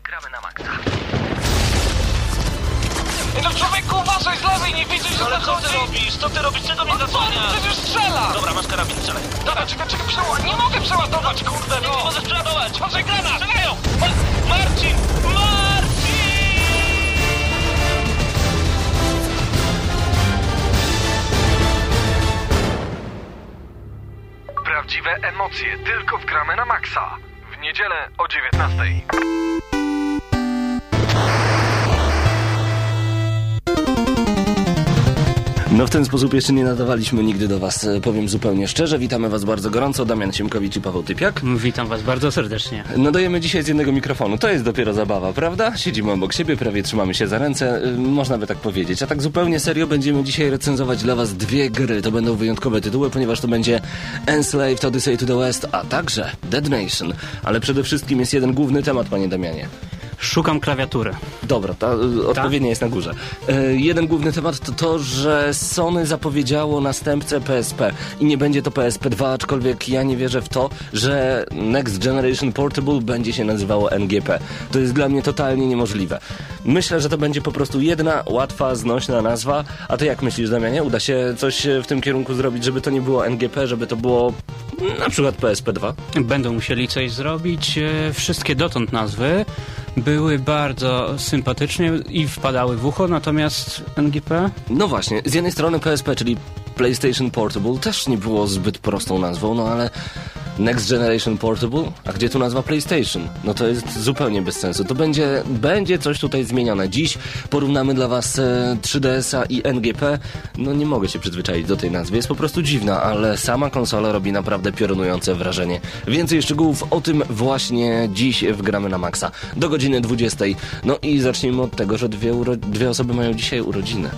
gramy na maksa. No człowieku, uważaj z lewej, nie widzisz, że ale co ty robisz? Co ty robisz? Czego mnie zasłaniasz? Przecież strzela! Dobra, masz karabin, strzelaj. Dobra, czekaj, nie mogę przeładować, kurde, no! Nie możesz przeładować! Może granat! Strzelają! Marcin! Prawdziwe emocje tylko w gramy na maksa. W niedzielę o 19:00. No w ten sposób jeszcze nie nadawaliśmy nigdy do was, powiem zupełnie szczerze. Witamy was bardzo gorąco, Damian Siemkowicz i Paweł Typiak. Witam was bardzo serdecznie. Nadajemy dzisiaj z jednego mikrofonu, to jest dopiero zabawa, prawda? Siedzimy obok siebie, prawie trzymamy się za ręce, można by tak powiedzieć. A tak zupełnie serio będziemy dzisiaj recenzować dla was dwie gry. To będą wyjątkowe tytuły, ponieważ to będzie Enslaved Odyssey to the West, a także Dead Nation. Ale przede wszystkim jest jeden główny temat, panie Damianie. Szukam klawiatury. Dobra, ta odpowiednia jest na górze. Jeden główny temat to to, że Sony zapowiedziało następcę PSP i nie będzie to PSP 2, aczkolwiek ja nie wierzę w to, że Next Generation Portable będzie się nazywało NGP. To jest dla mnie totalnie niemożliwe. Myślę, że to będzie po prostu jedna, łatwa, znośna nazwa. A ty jak myślisz, Damianie? Uda się coś w tym kierunku zrobić, żeby to nie było NGP, żeby to było na przykład PSP 2? Będą musieli coś zrobić. Wszystkie dotąd nazwy były bardzo sympatycznie i wpadały w ucho, natomiast NGP? No właśnie, z jednej strony PSP, czyli PlayStation Portable, też nie było zbyt prostą nazwą, no ale Next Generation Portable? A gdzie tu nazwa PlayStation? No to jest zupełnie bez sensu. To będzie coś tutaj zmienione. Dziś porównamy dla was 3DS-a i NGP. No nie mogę się przyzwyczaić do tej nazwy. Jest po prostu dziwna, ale sama konsola robi naprawdę piorunujące wrażenie. Więcej szczegółów o tym właśnie dziś w Gramy na Maxa. Do godziny 20:00. No i zacznijmy od tego, że dwie osoby mają dzisiaj urodziny.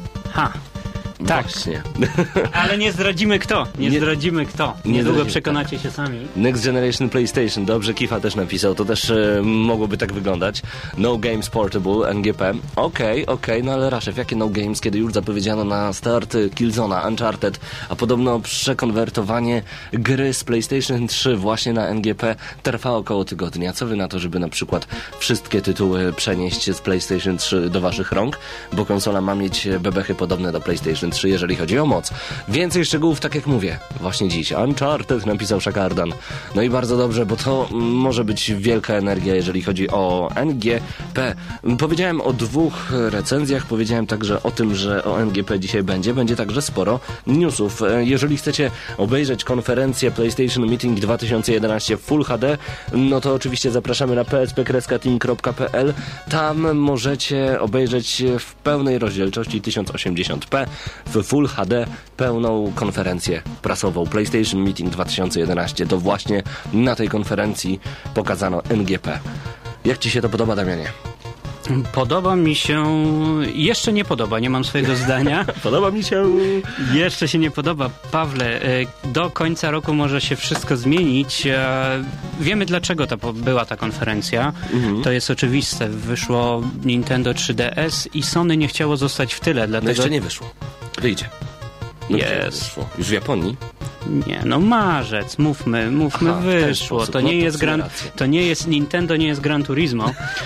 Tak. Właśnie. Ale nie zdradzimy kto. Zdradzimy kto. Niedługo przekonacie się sami. Next Generation PlayStation. Dobrze, Kifa też napisał. To też mogłoby tak wyglądać. No Games Portable, NGP. Okej, no ale Raszew, jakie No Games, kiedy już zapowiedziano na start Killzone'a, Uncharted, a podobno przekonwertowanie gry z PlayStation 3 właśnie na NGP trwa około tygodnia. Co wy na to, żeby na przykład wszystkie tytuły przenieść z PlayStation 3 do waszych rąk? Bo konsola ma mieć bebechy podobne do PlayStation 3, jeżeli chodzi o moc. Więcej szczegółów, tak jak mówię, właśnie dziś. Uncharted napisał Szakardan. No i bardzo dobrze, bo to może być wielka energia, jeżeli chodzi o NGP. Powiedziałem o dwóch recenzjach, powiedziałem także o tym, że o NGP dzisiaj będzie także sporo newsów. Jeżeli chcecie obejrzeć konferencję PlayStation Meeting 2011 w Full HD, no to oczywiście zapraszamy na psp-team.pl. Tam możecie obejrzeć w pełnej rozdzielczości 1080p w Full HD pełną konferencję prasową PlayStation Meeting 2011. To właśnie na tej konferencji pokazano NGP. Jak ci się to podoba, Damianie? Podoba mi się... Jeszcze nie podoba, nie mam swojego zdania. Podoba mi się... Jeszcze się nie podoba. Pawle, do końca roku może się wszystko zmienić. Wiemy, dlaczego była ta konferencja. To jest oczywiste. Wyszło Nintendo 3DS i Sony nie chciało zostać w tyle. Dlatego... No jeszcze nie wyszło. Wyjdzie. No jest. Już w Japonii? Nie, no marzec, mówmy, wyszło. To nie jest Nintendo, nie jest Gran Turismo.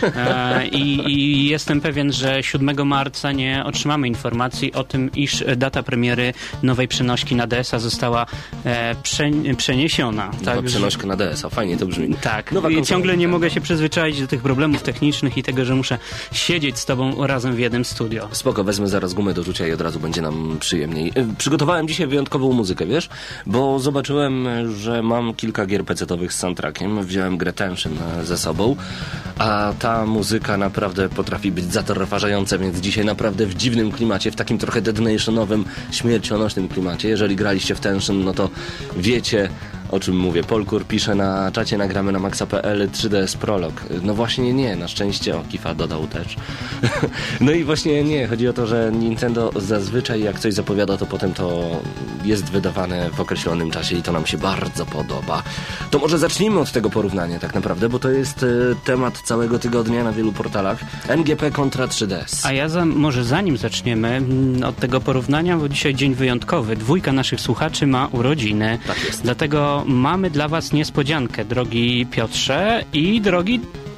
I jestem pewien, że 7 marca nie otrzymamy informacji o tym, iż data premiery nowej przenośki na DS-a została przeniesiona. Nowa przenośka na DS-a, fajnie to brzmi. Tak, i ciągle nie mogę się przyzwyczaić do tych problemów technicznych i tego, że muszę siedzieć z tobą razem w jednym studio. Spoko, wezmę zaraz gumę do rzucia i od razu będzie nam przyjemniej. Przygotowałem dzisiaj wyjątkową muzykę, wiesz? Bo zobaczyłem, że mam kilka gier pecetowych z soundtrackiem. Wziąłem grę Tension ze sobą, a ta muzyka naprawdę potrafi być zatrważająca, więc dzisiaj naprawdę w dziwnym klimacie, w takim trochę Dead Nationowym, śmiercionośnym klimacie. Jeżeli graliście w Tension, no to wiecie, o czym mówię. Polkur pisze na czacie, nagramy na maxa.pl 3DS Prolog. No właśnie nie, na szczęście Kifa dodał też. No i właśnie nie, chodzi o to, że Nintendo zazwyczaj jak coś zapowiada, to potem to jest wydawane w określonym czasie i to nam się bardzo podoba. To może zacznijmy od tego porównania tak naprawdę, bo to jest temat całego tygodnia na wielu portalach. NGP kontra 3DS. A ja może zanim zaczniemy od tego porównania, bo dzisiaj dzień wyjątkowy. 2 naszych słuchaczy ma urodziny. Tak jest. Dlatego mamy dla was niespodziankę, drogi Piotrze i drogi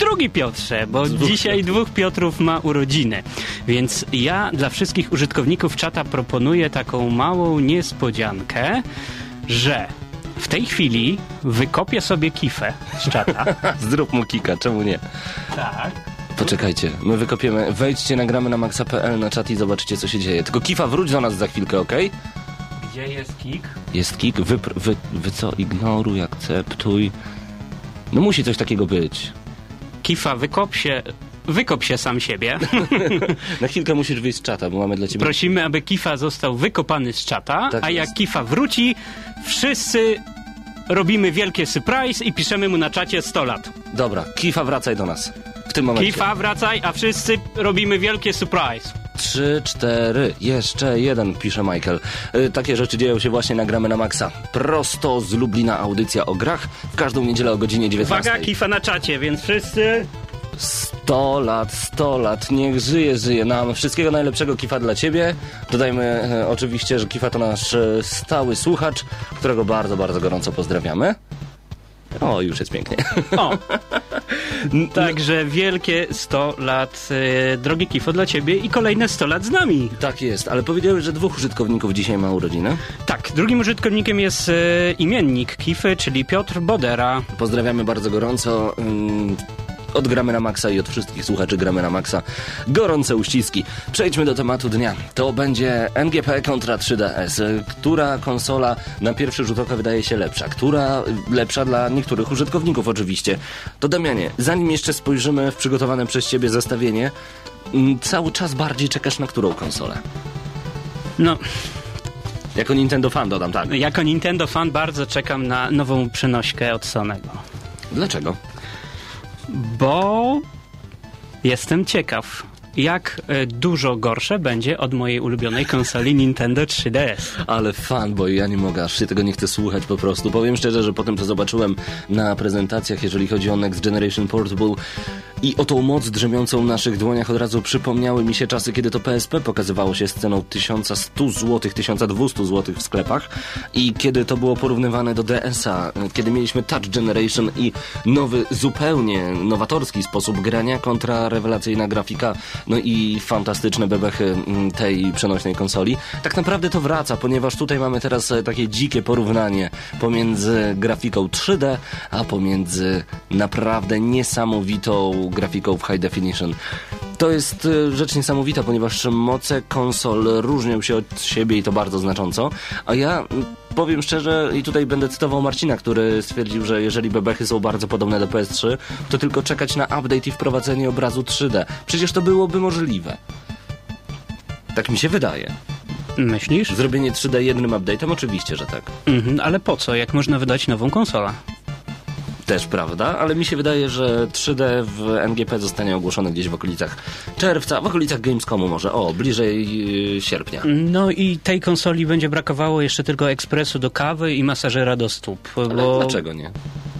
drugi Piotrze, bo dzisiaj 2 Piotrów ma urodziny. Więc ja dla wszystkich użytkowników czata proponuję taką małą niespodziankę, że w tej chwili wykopię sobie kifę z czata. Zrób mu kika, czemu nie? Tak. Poczekajcie, my wykopiemy. Wejdźcie, nagramy na maxa.pl na czat i zobaczycie, co się dzieje. Tylko Kifa, wróć do nas za chwilkę, okej? Gdzie jest kik? Jest kik, wy co? Ignoruj, akceptuj. No musi coś takiego być. Kifa, wykop się sam siebie. Na chwilkę musisz wyjść z czata, bo mamy dla ciebie... Prosimy, aby Kifa został wykopany z czata, tak a jak jest. Kifa wróci, wszyscy robimy wielkie surprise i piszemy mu na czacie 100 lat. Dobra, Kifa, wracaj do nas. W tym momencie. Kifa, wracaj, a wszyscy robimy wielkie surprise. 3, 4, jeszcze jeden, pisze Michael. Takie rzeczy dzieją się właśnie na Gramy na Maxa. Prosto z Lublina, audycja o grach. W każdą niedzielę o godzinie 19. Uwaga, Kifa na czacie, więc wszyscy... 100 lat, niech żyje nam. Wszystkiego najlepszego, Kifa, dla ciebie. Dodajmy oczywiście, że Kifa to nasz stały słuchacz, którego bardzo, bardzo gorąco pozdrawiamy. O, już jest pięknie. O! Także wielkie 100 lat, drogi Kifo, dla ciebie i kolejne 100 lat z nami. Tak jest, ale powiedziałeś, że 2 użytkowników dzisiaj ma urodziny. Tak, drugim użytkownikiem jest imiennik Kify, czyli Piotr Bodera. Pozdrawiamy bardzo gorąco. Od Gramy na Maxa i od wszystkich słuchaczy Gramy na Maxa gorące uściski. Przejdźmy do tematu dnia. To będzie NGP kontra 3DS. Która konsola na pierwszy rzut oka wydaje się lepsza? Która lepsza dla niektórych użytkowników oczywiście? To Damianie, zanim jeszcze spojrzymy w przygotowane przez ciebie zestawienie, cały czas bardziej czekasz na którą konsolę? No... Jako Nintendo fan dodam, tak. Jako Nintendo fan bardzo czekam na nową przenośkę od Sonego. Dlaczego? Bo jestem ciekaw, jak dużo gorsze będzie od mojej ulubionej konsoli Nintendo 3DS. Ale fanboy, ja nie mogę, aż się tego nie chcę słuchać po prostu. Powiem szczerze, że po tym, co zobaczyłem na prezentacjach, jeżeli chodzi o Next Generation Portable i o tą moc drzemiącą w naszych dłoniach, od razu przypomniały mi się czasy, kiedy to PSP pokazywało się z ceną 1100 zł, 1200 zł w sklepach i kiedy to było porównywane do DS-a, kiedy mieliśmy Touch Generation i nowy, zupełnie nowatorski sposób grania kontra rewelacyjna grafika, no i fantastyczne bebechy tej przenośnej konsoli. Tak naprawdę to wraca, ponieważ tutaj mamy teraz takie dzikie porównanie pomiędzy grafiką 3D, a pomiędzy naprawdę niesamowitą grafiką w High Definition. To jest rzecz niesamowita, ponieważ moce konsol różnią się od siebie i to bardzo znacząco, a ja powiem szczerze i tutaj będę cytował Marcina, który stwierdził, że jeżeli bebechy są bardzo podobne do PS3, to tylko czekać na update i wprowadzenie obrazu 3D. Przecież to byłoby możliwe. Tak mi się wydaje. Myślisz? Zrobienie 3D jednym update'em? Oczywiście, że tak. Ale po co, jak można wydać nową konsolę? Też prawda, ale mi się wydaje, że 3D w NGP zostanie ogłoszone gdzieś w okolicach czerwca, w okolicach Gamescomu może, bliżej sierpnia. No i tej konsoli będzie brakowało jeszcze tylko ekspresu do kawy i masażera do stóp. Ale bo... dlaczego nie?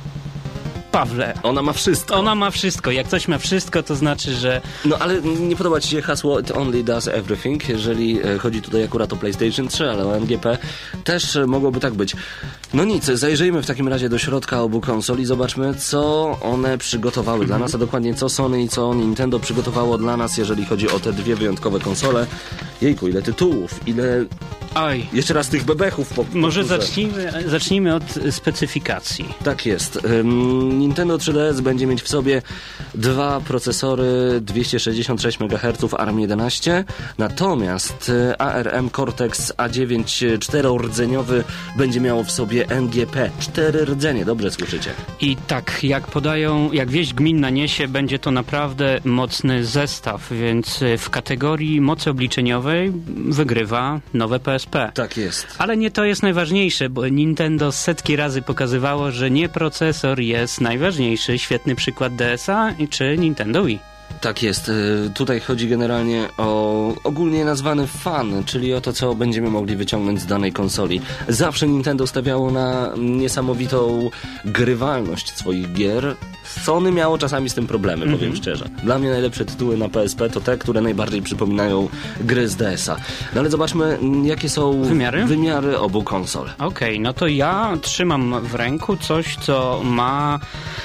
Pawle. Ona ma wszystko. Ona ma wszystko. Jak coś ma wszystko, to znaczy, że... No ale nie podoba ci się hasło It only does everything, jeżeli chodzi tutaj akurat o PlayStation 3, ale o NGP też mogłoby tak być. No nic, zajrzyjmy w takim razie do środka obu konsol i zobaczmy, co one przygotowały dla nas, a dokładnie co Sony i co Nintendo przygotowało dla nas, jeżeli chodzi o te dwie wyjątkowe konsole. Jejku, ile tytułów, ile... Oj. Jeszcze raz tych bebechów. Może zacznijmy od specyfikacji. Tak jest. Nintendo 3DS będzie mieć w sobie 2 procesory 266 MHz ARM11, natomiast ARM Cortex A9 4-rdzeniowy będzie miało w sobie NGP 4 rdzenie. Dobrze słyszycie. I tak, jak wieść gminna niesie, będzie to naprawdę mocny zestaw, więc w kategorii mocy obliczeniowej wygrywa nowe PSP. Tak jest. Ale nie to jest najważniejsze, bo Nintendo setki razy pokazywało, że nie procesor jest najważniejszy. Świetny przykład DS-a czy Nintendo Wii. Tak jest. Tutaj chodzi generalnie o ogólnie nazwany fan, czyli o to, co będziemy mogli wyciągnąć z danej konsoli. Zawsze Nintendo stawiało na niesamowitą grywalność swoich gier. Sony miało czasami z tym problemy, powiem szczerze. Dla mnie najlepsze tytuły na PSP to te, które najbardziej przypominają gry z DS-a. No ale zobaczmy, jakie są wymiary obu konsol. Okej, no to ja trzymam w ręku coś, co ma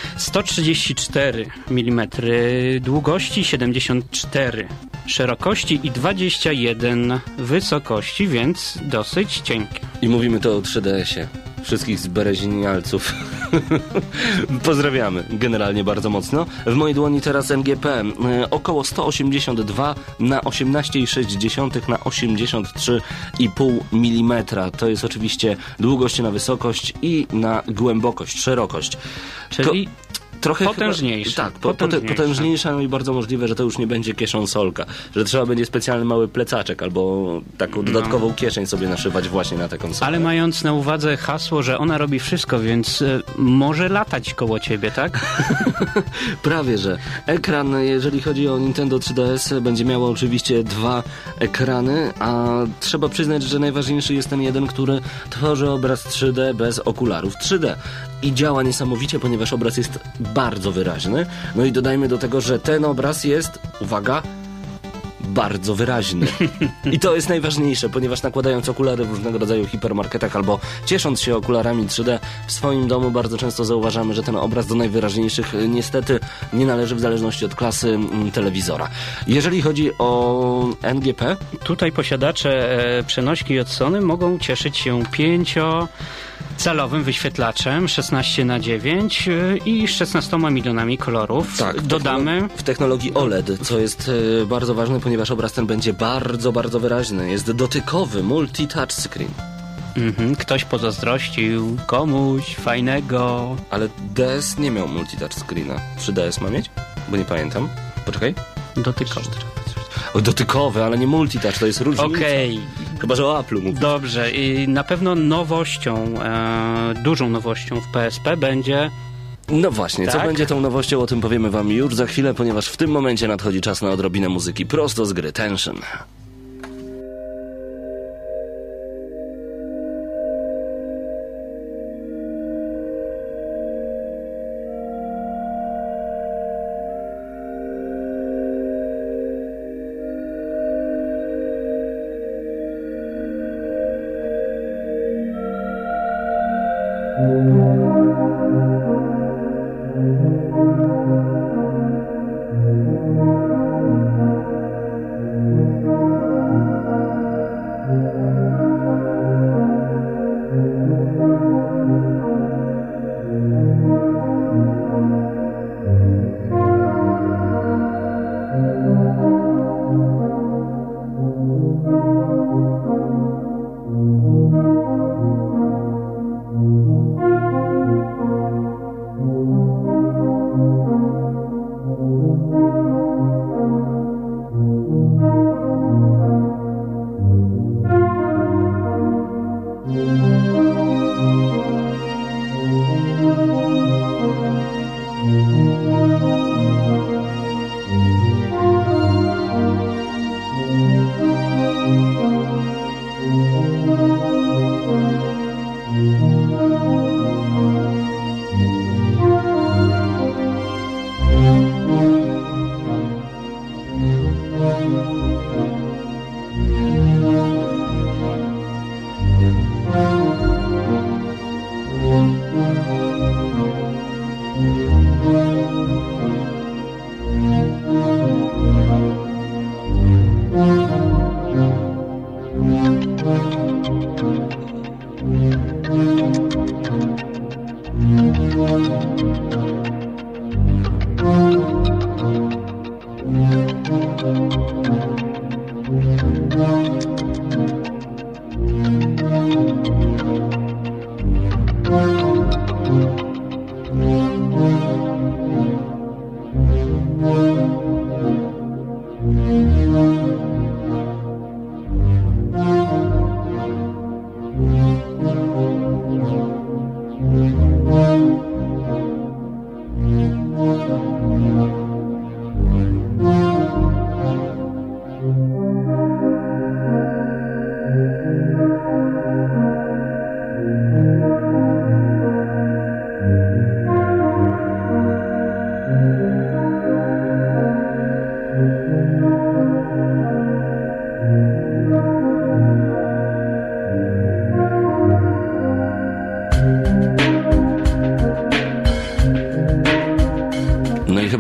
134 mm długości, 74 szerokości i 21 wysokości, więc dosyć cienkie. I mówimy to o 3DS-ie. Wszystkich zbereźnialców pozdrawiamy generalnie bardzo mocno. W mojej dłoni teraz MGP około 182 na 18,6 na 83,5 mm. To jest oczywiście długość na wysokość i na głębokość, szerokość. Czyli trochę potężniejsza. Potężniejsza, no i bardzo możliwe, że to już nie będzie kieszonsolka, że trzeba będzie specjalny mały plecaczek albo taką dodatkową kieszeń sobie naszywać właśnie na tę konsolę. Ale mając na uwadze hasło, że ona robi wszystko, więc może latać koło ciebie, tak? Prawie, że. Ekran, jeżeli chodzi o Nintendo 3DS, będzie miało oczywiście 2 ekrany, a trzeba przyznać, że najważniejszy jest ten jeden, który tworzy obraz 3D bez okularów 3D. I działa niesamowicie, ponieważ obraz jest bardzo wyraźny. No i dodajmy do tego, że ten obraz jest, uwaga, bardzo wyraźny. I to jest najważniejsze, ponieważ nakładając okulary w różnego rodzaju hipermarketach albo ciesząc się okularami 3D w swoim domu, bardzo często zauważamy, że ten obraz do najwyraźniejszych niestety nie należy w zależności od klasy telewizora. Jeżeli chodzi o NGP... Tutaj posiadacze przenośki od Sony mogą cieszyć się 5-calowym wyświetlaczem 16:9 i 16 milionami kolorów. Tak, dodamy w technologii OLED, co jest bardzo ważne, ponieważ obraz ten będzie bardzo, bardzo wyraźny. Jest dotykowy, multi-touch screen. Ktoś pozazdrościł komuś fajnego. Ale DS nie miał multi-touch screena. 3DS ma mieć? Bo nie pamiętam. Poczekaj. Dotykowy. O, dotykowy, ale nie multitouch, to jest różnica. Okej. Chyba, że o Apple'u mówię. Dobrze. I na pewno nowością, dużą nowością w PSP będzie... No właśnie, tak? Co będzie tą nowością, o tym powiemy wam już za chwilę, ponieważ w tym momencie nadchodzi czas na odrobinę muzyki prosto z gry Tension.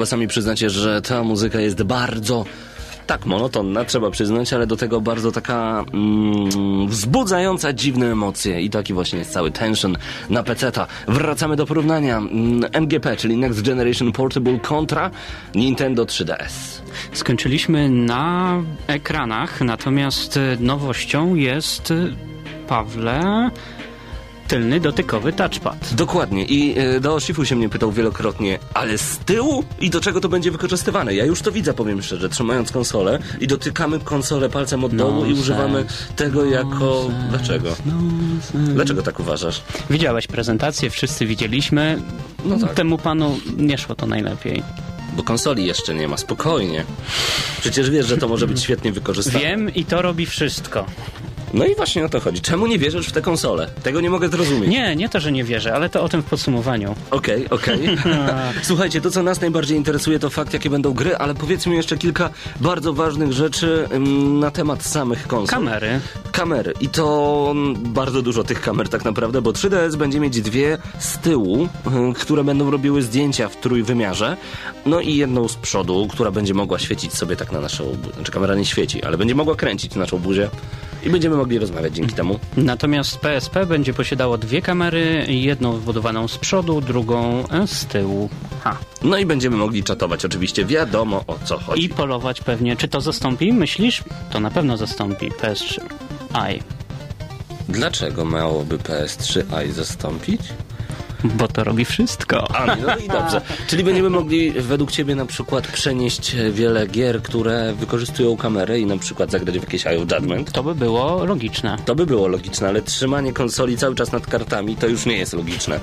chyba sami przyznacie, że ta muzyka jest bardzo... tak, monotonna, trzeba przyznać, ale do tego bardzo taka wzbudzająca dziwne emocje i taki właśnie jest cały tension na peceta. Wracamy do porównania NGP, czyli Next Generation Portable kontra Nintendo 3DS. Skończyliśmy na ekranach, natomiast nowością jest, Pawle, tylny dotykowy touchpad. Dokładnie. I do Shifu się mnie pytał wielokrotnie, ale z tyłu? I do czego to będzie wykorzystywane? Ja już to widzę, powiem szczerze, trzymając konsolę i dotykamy konsolę palcem od dołu i używamy tego jako... Dlaczego? Dlaczego tak uważasz? Widziałeś prezentację, wszyscy widzieliśmy. No tak. Temu panu nie szło to najlepiej. Bo konsoli jeszcze nie ma, spokojnie. Przecież wiesz, że to może być świetnie wykorzystane. Wiem i to robi wszystko. No i właśnie o to chodzi. Czemu nie wierzysz w tę konsolę? Tego nie mogę zrozumieć. Nie to, że nie wierzę, ale to o tym w podsumowaniu. Okej. Słuchajcie, to co nas najbardziej interesuje to fakt, jakie będą gry, ale powiedzmy jeszcze kilka bardzo ważnych rzeczy na temat samych konsol. Kamery. I to bardzo dużo tych kamer tak naprawdę, bo 3DS będzie mieć dwie z tyłu, które będą robiły zdjęcia w trójwymiarze, no i jedną z przodu, która będzie mogła świecić sobie tak na naszą... Znaczy kamera nie świeci, ale będzie mogła kręcić naszą buzię i będziemy mogli rozmawiać dzięki temu. Natomiast PSP będzie posiadało dwie kamery, jedną wbudowaną z przodu, drugą z tyłu. No i będziemy mogli czatować, oczywiście wiadomo o co chodzi. I polować pewnie. Czy to zastąpi? Myślisz? To na pewno zastąpi PS3i. Dlaczego miałoby PS3i zastąpić? Bo to robi wszystko. No i dobrze. Czyli będziemy mogli według ciebie na przykład przenieść wiele gier, które wykorzystują kamerę i na przykład zagrać w jakieś Eye of Judgment? To by było logiczne. To by było logiczne, ale trzymanie konsoli cały czas nad kartami to już nie jest logiczne.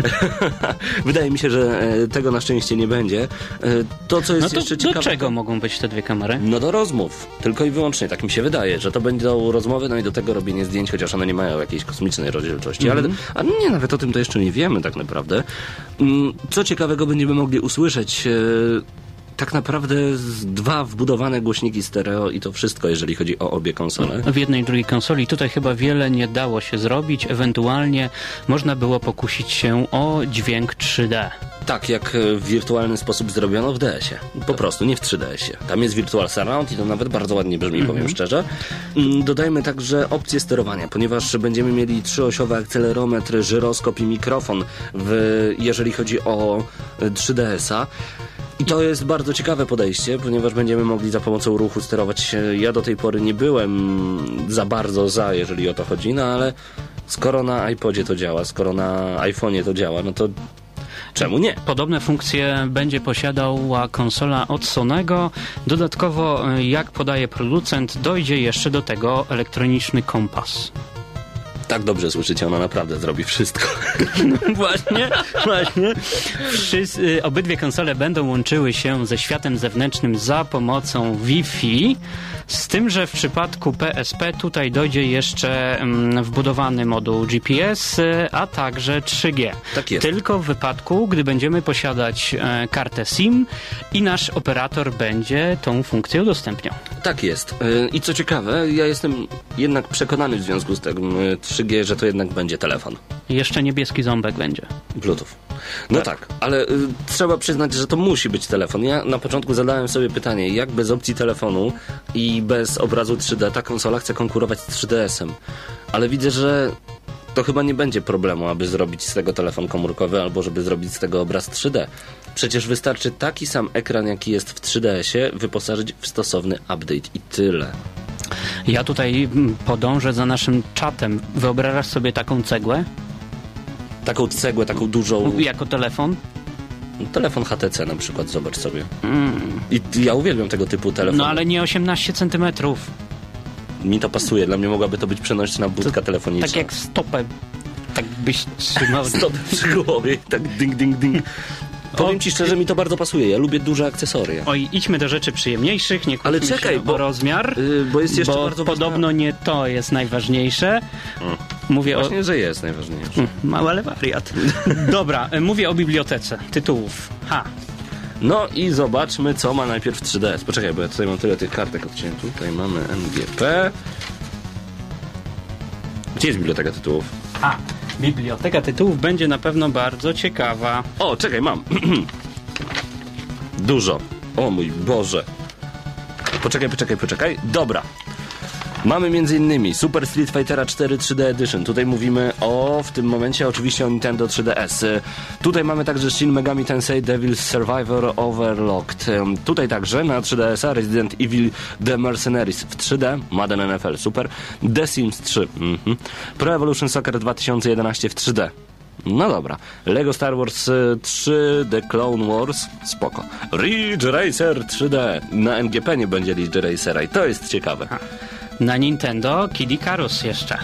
Wydaje mi się, że tego na szczęście nie będzie. To, co jest jeszcze ciekawe... Do czego mogą być te dwie kamery? No do rozmów. Tylko i wyłącznie. Tak mi się wydaje, że to będą rozmowy, no i do tego robienie zdjęć, chociaż one nie mają jakiejś kosmicznej rozdzielczości. Ale nie, nawet o tym to jeszcze nie wiemy tak naprawdę. Co ciekawego będziemy mogli usłyszeć... tak naprawdę dwa wbudowane głośniki stereo i to wszystko, jeżeli chodzi o obie konsole. W jednej i drugiej konsoli. Tutaj chyba wiele nie dało się zrobić. Ewentualnie można było pokusić się o dźwięk 3D. Tak, jak w wirtualny sposób zrobiono w DS-ie. Po prostu, nie w 3DS-ie. Tam jest Virtual Surround i to nawet bardzo ładnie brzmi, powiem szczerze. Dodajmy także opcję sterowania, ponieważ będziemy mieli 3-osiowy akcelerometr, żyroskop i mikrofon, jeżeli chodzi o 3DS-a. I to jest bardzo ciekawe podejście, ponieważ będziemy mogli za pomocą ruchu sterować. Ja do tej pory nie byłem za bardzo za, jeżeli o to chodzi, no ale skoro na iPodzie to działa, skoro na iPhone'ie to działa, no to czemu nie? Podobne funkcje będzie posiadała konsola od Sonego. Dodatkowo, jak podaje producent, dojdzie jeszcze do tego elektroniczny kompas. Tak dobrze słyszycie, ona naprawdę zrobi wszystko. Właśnie. Obydwie konsole będą łączyły się ze światem zewnętrznym za pomocą Wi-Fi, z tym, że w przypadku PSP tutaj dojdzie jeszcze wbudowany moduł GPS, a także 3G. Tak jest. Tylko w wypadku, gdy będziemy posiadać kartę SIM i nasz operator będzie tą funkcję udostępniał. Tak jest. I co ciekawe, ja jestem jednak przekonany w związku z tym 3G, że to jednak będzie telefon. Jeszcze niebieski ząbek będzie. Bluetooth. No tak, ale trzeba przyznać, że to musi być telefon. Ja na początku zadałem sobie pytanie, jak bez opcji telefonu i bez obrazu 3D ta konsola chce konkurować z 3DS-em. Ale widzę, że to chyba nie będzie problemu, aby zrobić z tego telefon komórkowy albo żeby zrobić z tego obraz 3D. Przecież wystarczy taki sam ekran, jaki jest w 3DS-ie, wyposażyć w stosowny update i tyle. Ja tutaj podążę za naszym czatem. Wyobrażasz sobie taką cegłę? Taką cegłę, taką dużą... Jako telefon? Telefon HTC na przykład, zobacz sobie. I ja uwielbiam tego typu telefon. No ale nie 18 centymetrów. Mi to pasuje, dla mnie mogłaby to być przenośna budka telefoniczna. Tak jak stopę, tak byś trzymał. Stopę przy głowie, tak ding, ding, ding. Powiem ci szczerze, mi to bardzo pasuje. Ja lubię duże akcesoria. Oj, idźmy do rzeczy przyjemniejszych, nie ale czekaj, się o rozmiar, bo jest jeszcze bardzo podobno nie to jest najważniejsze. Mówię właśnie, że jest najważniejsze. Mały, ale wariat. Dobra, mówię o bibliotece tytułów. No i zobaczmy, co ma najpierw 3DS. Poczekaj, bo ja tutaj mam tyle tych kartek odciętych. Tutaj mamy NGP. Gdzie jest biblioteka tytułów? Biblioteka tytułów będzie na pewno bardzo ciekawa. O, czekaj, mam. Dużo. O mój Boże. Poczekaj. Dobra. Mamy m.in. Super Street Fightera 4 3D Edition. Tutaj mówimy w tym momencie oczywiście o Nintendo 3DS. Tutaj mamy także Shin Megami Tensei Devil's Survivor Overlocked. Tutaj także na 3DS-a Resident Evil The Mercenaries w 3D, Madden NFL Super, The Sims 3, Pro Evolution Soccer 2011 w 3D. No dobra. Lego Star Wars 3 The Clone Wars. Spoko. Ridge Racer 3D. Na NGP nie będzie Ridge Racera i to jest ciekawe. Na Nintendo Kid Icarus jeszcze.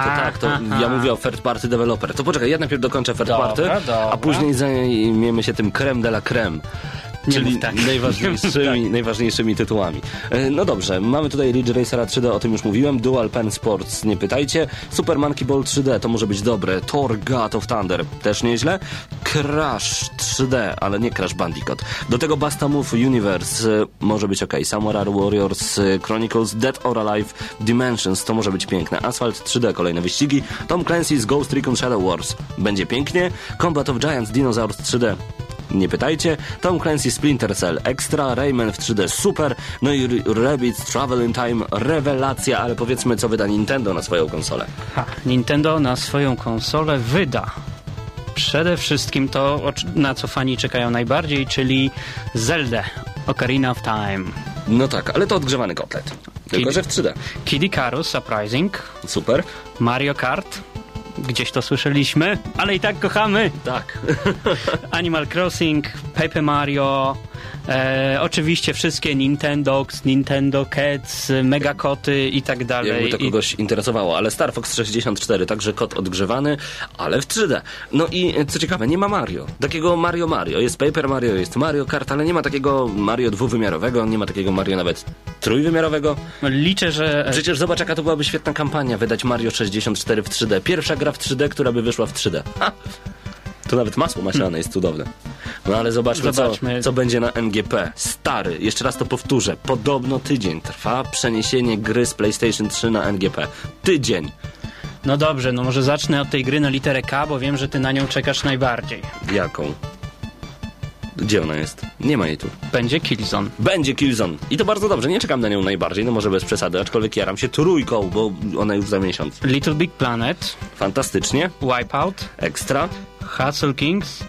Ja mówię o Third Party Developer. To poczekaj, ja najpierw dokończę Third Party, a później zajmiemy się tym creme de la creme. Czyli najważniejszymi tytułami. No dobrze, mamy tutaj Ridge Racera 3D, o tym już mówiłem. Dual Pen Sports, nie pytajcie. Super Monkey Ball 3D, to może być dobre. Thor God of Thunder, też nieźle. Crash 3D, ale nie Crash Bandicoot. Do tego Basta Move Universe, może być ok. Samurai Warriors Chronicles, Dead or Alive Dimensions, to może być piękne. Asphalt 3D, kolejne wyścigi. Tom Clancy's Ghost Recon Shadow Wars, będzie pięknie. Combat of Giants Dinosaurs 3D, nie pytajcie. Tom Clancy Splinter Cell Extra, Rayman w 3D super, no i Rabbids Travel in Time rewelacja, ale powiedzmy, co wyda Nintendo na swoją konsolę. Nintendo na swoją konsolę wyda przede wszystkim to, na co fani czekają najbardziej, czyli Zelda Ocarina of Time. No tak, ale to odgrzewany kotlet. Tylko, że w 3D. Kid Icarus Surprising. Super. Mario Kart. Gdzieś to słyszeliśmy, ale i tak kochamy. Tak. Animal Crossing, Paper Mario, oczywiście wszystkie Nintendogs, Nintendo Cats, Megakoty i tak dalej. Jakby to kogoś interesowało, ale Star Fox 64, także kot odgrzewany, ale w 3D. No i co ciekawe, nie ma Mario. Takiego Mario. Jest Paper Mario, jest Mario Kart, ale nie ma takiego Mario dwuwymiarowego, nie ma takiego Mario nawet trójwymiarowego. Liczę, że... Przecież zobacz, jaka to byłaby świetna kampania, wydać Mario 64 w 3D. Pierwsza gra w 3D, która by wyszła w 3D. To nawet masło maślane jest cudowne. No ale zobaczmy. Co będzie na NGP. Stary, jeszcze raz to powtórzę. Podobno tydzień trwa przeniesienie gry z PlayStation 3 na NGP. Tydzień. No dobrze, no może zacznę od tej gry na literę K, bo wiem, że ty na nią czekasz najbardziej. Jaką? Gdzie ona jest? Nie ma jej tu. Będzie Killzone. Będzie Killzone. I to bardzo dobrze. Nie czekam na nią najbardziej, no może bez przesady, aczkolwiek jaram się trójką, bo ona już za miesiąc. Little Big Planet. Fantastycznie. Wipeout. Ekstra. Hustle Kings.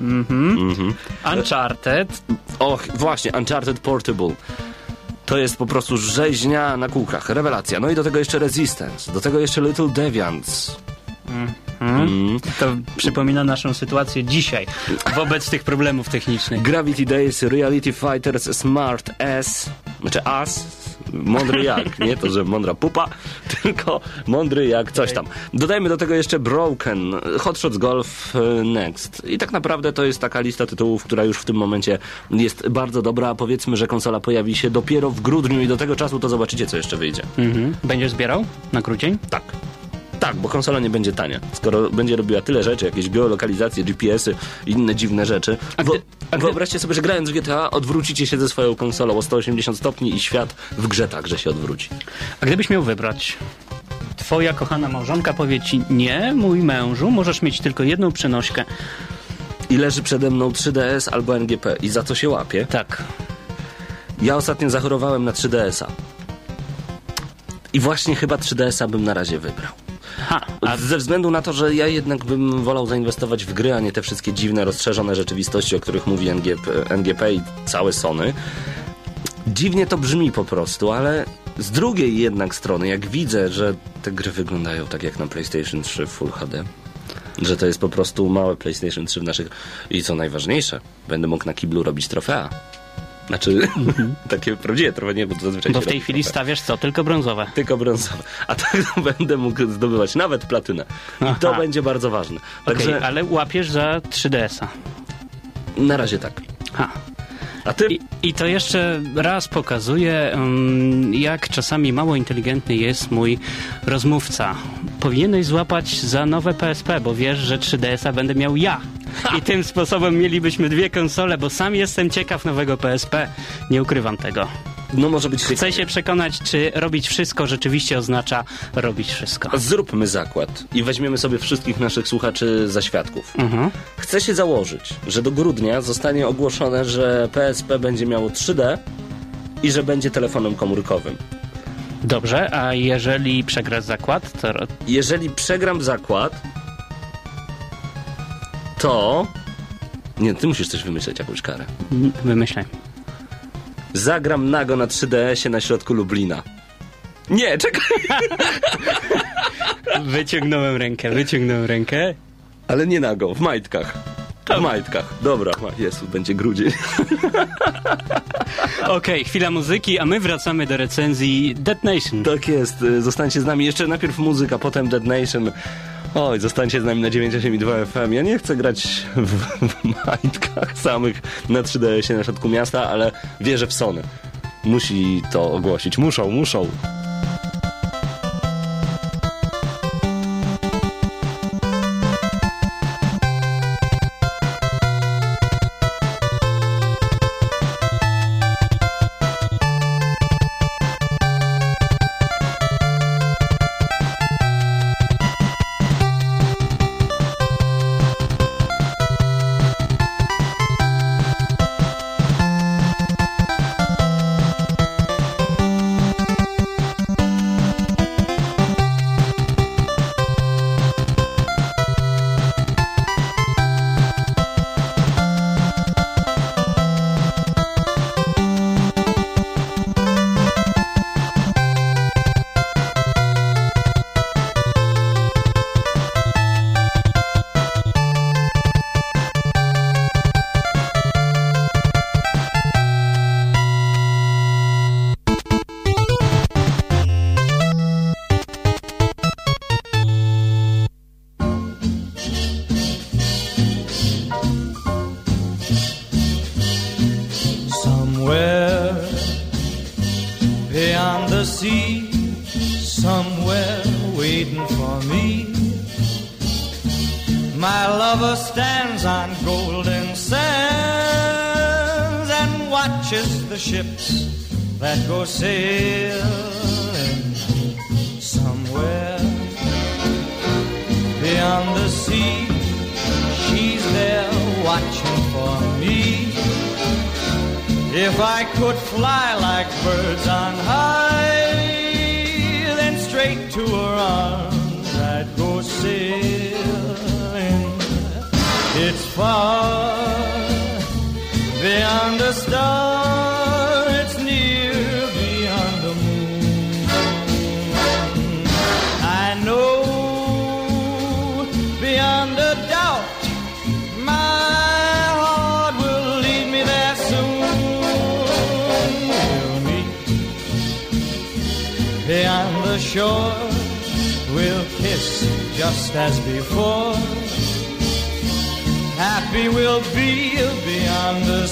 Uncharted. Och, właśnie, Uncharted Portable. To jest po prostu rzeźnia na kółkach. Rewelacja. No i do tego jeszcze Resistance. Do tego jeszcze Little Deviants. To przypomina naszą sytuację dzisiaj wobec tych problemów technicznych. Gravity Days, Reality Fighters, Smart S, znaczy As, mądry jak, nie to, że mądra pupa, tylko mądry jak coś tam. Dodajmy do tego jeszcze Broken, Hot Shots Golf Next. I tak naprawdę to jest taka lista tytułów, która już w tym momencie jest bardzo dobra, a powiedzmy, że konsola pojawi się dopiero w grudniu i do tego czasu to zobaczycie, co jeszcze wyjdzie. Będziesz zbierał na grudzień? Tak, bo konsola nie będzie tania. Skoro będzie robiła tyle rzeczy, jakieś geolokalizacje, GPS-y i inne dziwne rzeczy. Wyobraźcie sobie, że grając w GTA odwrócicie się ze swoją konsolą o 180 stopni i świat w grze także się odwróci. A gdybyś miał wybrać, twoja kochana małżonka powie ci: nie, mój mężu, możesz mieć tylko jedną przenośkę. I leży przede mną 3DS albo NGP. I za co się łapie? Tak. Ja ostatnio zachorowałem na 3DS-a. I właśnie chyba 3DS-a bym na razie wybrał. Ze względu na to, że ja jednak bym wolał zainwestować w gry, a nie te wszystkie dziwne, rozszerzone rzeczywistości, o których mówi NGP i całe Sony. Dziwnie to brzmi po prostu, ale z drugiej jednak strony, jak widzę, że te gry wyglądają tak jak na PlayStation 3 w Full HD, że to jest po prostu małe PlayStation 3 w naszych... I co najważniejsze, będę mógł na kiblu robić trofea. Znaczy, takie prawdziwe trofea, nie, bo to zazwyczaj bo w tej chwili stawiasz co? Tylko brązowe. Tylko brązowe. A tak będę mógł zdobywać nawet platynę. I to będzie bardzo ważne. Także... ale łapiesz za 3DS-a. Na razie tak. A ty? I to jeszcze raz pokazuje, jak czasami mało inteligentny jest mój rozmówca. Powinieneś złapać za nowe PSP, bo wiesz, że 3DS-a będę miał ja. I tym sposobem mielibyśmy dwie konsole, bo sam jestem ciekaw nowego PSP. Nie ukrywam tego. No może być Chcę się przekonać, czy robić wszystko rzeczywiście oznacza robić wszystko. Zróbmy zakład i weźmiemy sobie wszystkich naszych słuchaczy za świadków. Chcę się założyć, że do grudnia zostanie ogłoszone, że PSP będzie miało 3D i że będzie telefonem komórkowym. Dobrze, a jeżeli przegrasz zakład, to... Jeżeli przegram zakład, to... Nie, ty musisz coś wymyśleć, jakąś karę. Wymyślaj. Zagram nago na 3DS-ie na środku Lublina. Nie, czekaj! Wyciągnąłem rękę. Ale nie nago, w majtkach. W majtkach. Dobra, Jezu, będzie grudzień. Okej, chwila muzyki, a my wracamy do recenzji Dead Nation. Tak jest, zostańcie z nami. Jeszcze najpierw muzyka, potem Dead Nation. Oj, zostańcie z nami na 98,2 FM. Ja nie chcę grać w majtkach samych na 3DS-ie na środku miasta, ale wierzę w Sony. Musi to ogłosić. Muszą. Somewhere waiting for me, my lover stands on golden sands and watches the ships that go sailing. Somewhere beyond the sea, she's there watching for me. If I could fly like birds on high, then straight to her arms I'd go sailing. It's far beyond a star, it's near beyond the moon. I know beyond a doubt my heart will lead me there soon. We'll meet beyond the shore, we'll kiss just as before. Happy we'll be beyond the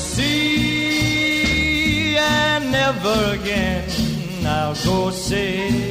sea, and never again I'll go sailing.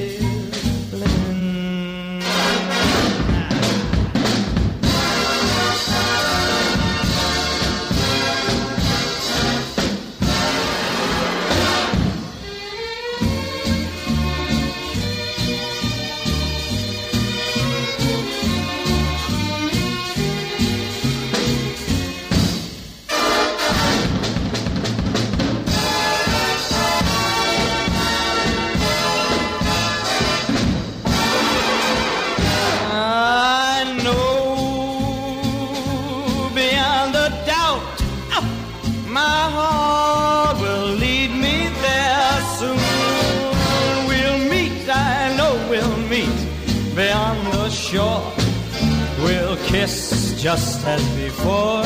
Beyond the shore, we'll kiss just as before.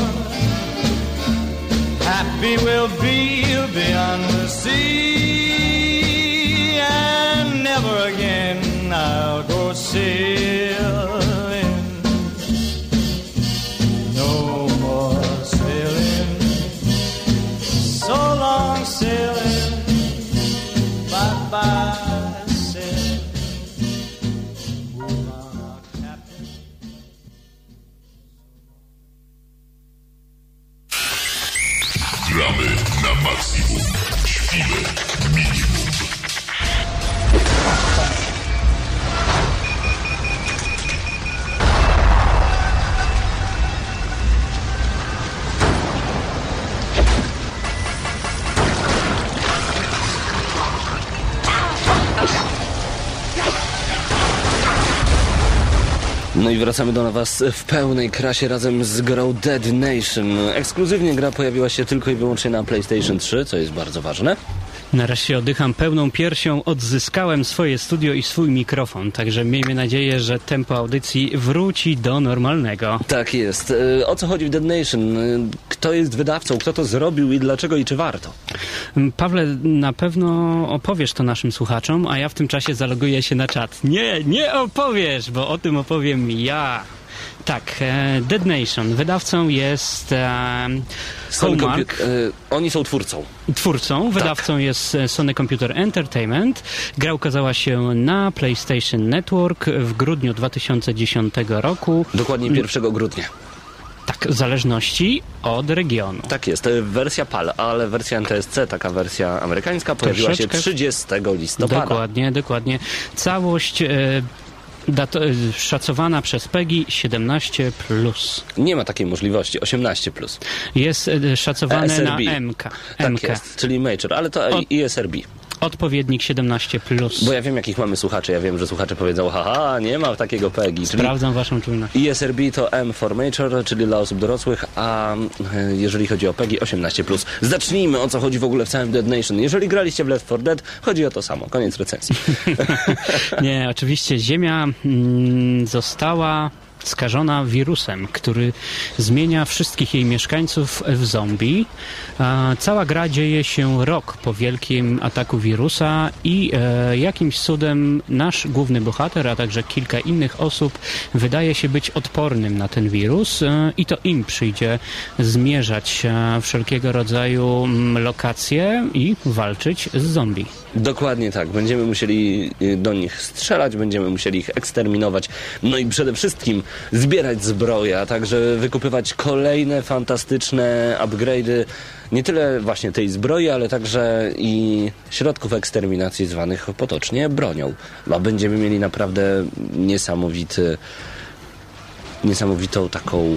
Happy we'll be beyond the sea, and never again I'll go sailing. No more sailing, so long sailing, bye-bye. Gramy na maksimum. Śpimy No i wracamy do was w pełnej krasie razem z grą Dead Nation. Ekskluzywnie gra pojawiła się tylko i wyłącznie na PlayStation 3, co jest bardzo ważne. Nareszcie oddycham pełną piersią, odzyskałem swoje studio i swój mikrofon, także miejmy nadzieję, że tempo audycji wróci do normalnego. Tak jest. O co chodzi w Dead Nation? Kto jest wydawcą? Kto to zrobił i dlaczego i czy warto? Pawle, na pewno opowiesz to naszym słuchaczom, a ja w tym czasie zaloguję się na czat. Nie opowiesz, bo o tym opowiem ja. Tak, Dead Nation. Wydawcą jest Hallmark. Oni są twórcą. Wydawcą jest Sony Computer Entertainment. Gra ukazała się na PlayStation Network w grudniu 2010 roku. Dokładnie 1 grudnia. Tak, w zależności od regionu. Tak jest, wersja PAL, ale wersja NTSC, taka wersja amerykańska, pojawiła się 30 listopada. Dokładnie. Całość szacowana przez PEGI 17+. Nie ma takiej możliwości, 18+. Jest szacowane SRB. na MK. Tak jest, czyli Major, ale to i SRB. Odpowiednik 17+. Bo ja wiem, jakich mamy słuchaczy. Ja wiem, że słuchacze powiedzą, haha, nie ma takiego PEGI. Sprawdzam waszą czujność. ESRB to M for Mature, czyli dla osób dorosłych, a jeżeli chodzi o PEGI, 18+. Zacznijmy, o co chodzi w ogóle w całym Dead Nation. Jeżeli graliście w Left 4 Dead, chodzi o to samo. Koniec recenzji. Nie, oczywiście Ziemia została skażona wirusem, który zmienia wszystkich jej mieszkańców w zombie. Cała gra dzieje się rok po wielkim ataku wirusa i jakimś cudem nasz główny bohater, a także kilka innych osób wydaje się być odpornym na ten wirus i to im przyjdzie zmierzać wszelkiego rodzaju lokacje i walczyć z zombie. Dokładnie tak. Będziemy musieli do nich strzelać, będziemy musieli ich eksterminować, no i przede wszystkim zbierać zbroję, a także wykupywać kolejne fantastyczne upgrade'y, nie tyle właśnie tej zbroi, ale także i środków eksterminacji zwanych potocznie bronią. A będziemy mieli naprawdę niesamowitą taką...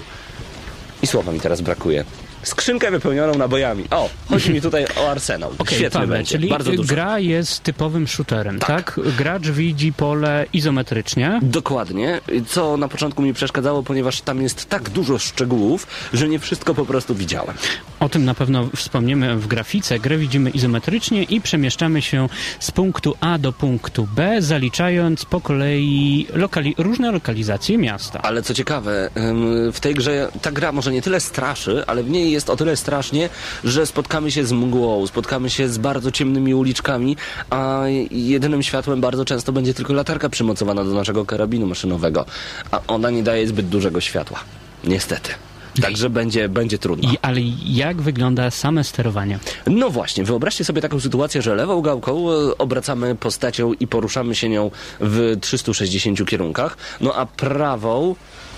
I słowa mi teraz brakuje. Skrzynkę wypełnioną nabojami. O, chodzi mi tutaj o arsenał. Świetny Paweł, będzie. Czyli bardzo dużo. Gra jest typowym shooterem, tak? Gracz widzi pole izometrycznie. Dokładnie, co na początku mi przeszkadzało, ponieważ tam jest tak dużo szczegółów, że nie wszystko po prostu widziałem. O tym na pewno wspomniemy w grafice. Grę widzimy izometrycznie i przemieszczamy się z punktu A do punktu B, zaliczając po kolei różne lokalizacje miasta. Ale co ciekawe, w tej grze ta gra może nie tyle straszy, ale w niej jest o tyle strasznie, że spotkamy się z mgłą, spotkamy się z bardzo ciemnymi uliczkami, a jedynym światłem bardzo często będzie tylko latarka przymocowana do naszego karabinu maszynowego, a ona nie daje zbyt dużego światła. Niestety. Także będzie trudno. Ale jak wygląda same sterowanie? No właśnie, wyobraźcie sobie taką sytuację, że lewą gałką obracamy postacią i poruszamy się nią w 360 kierunkach, no a prawą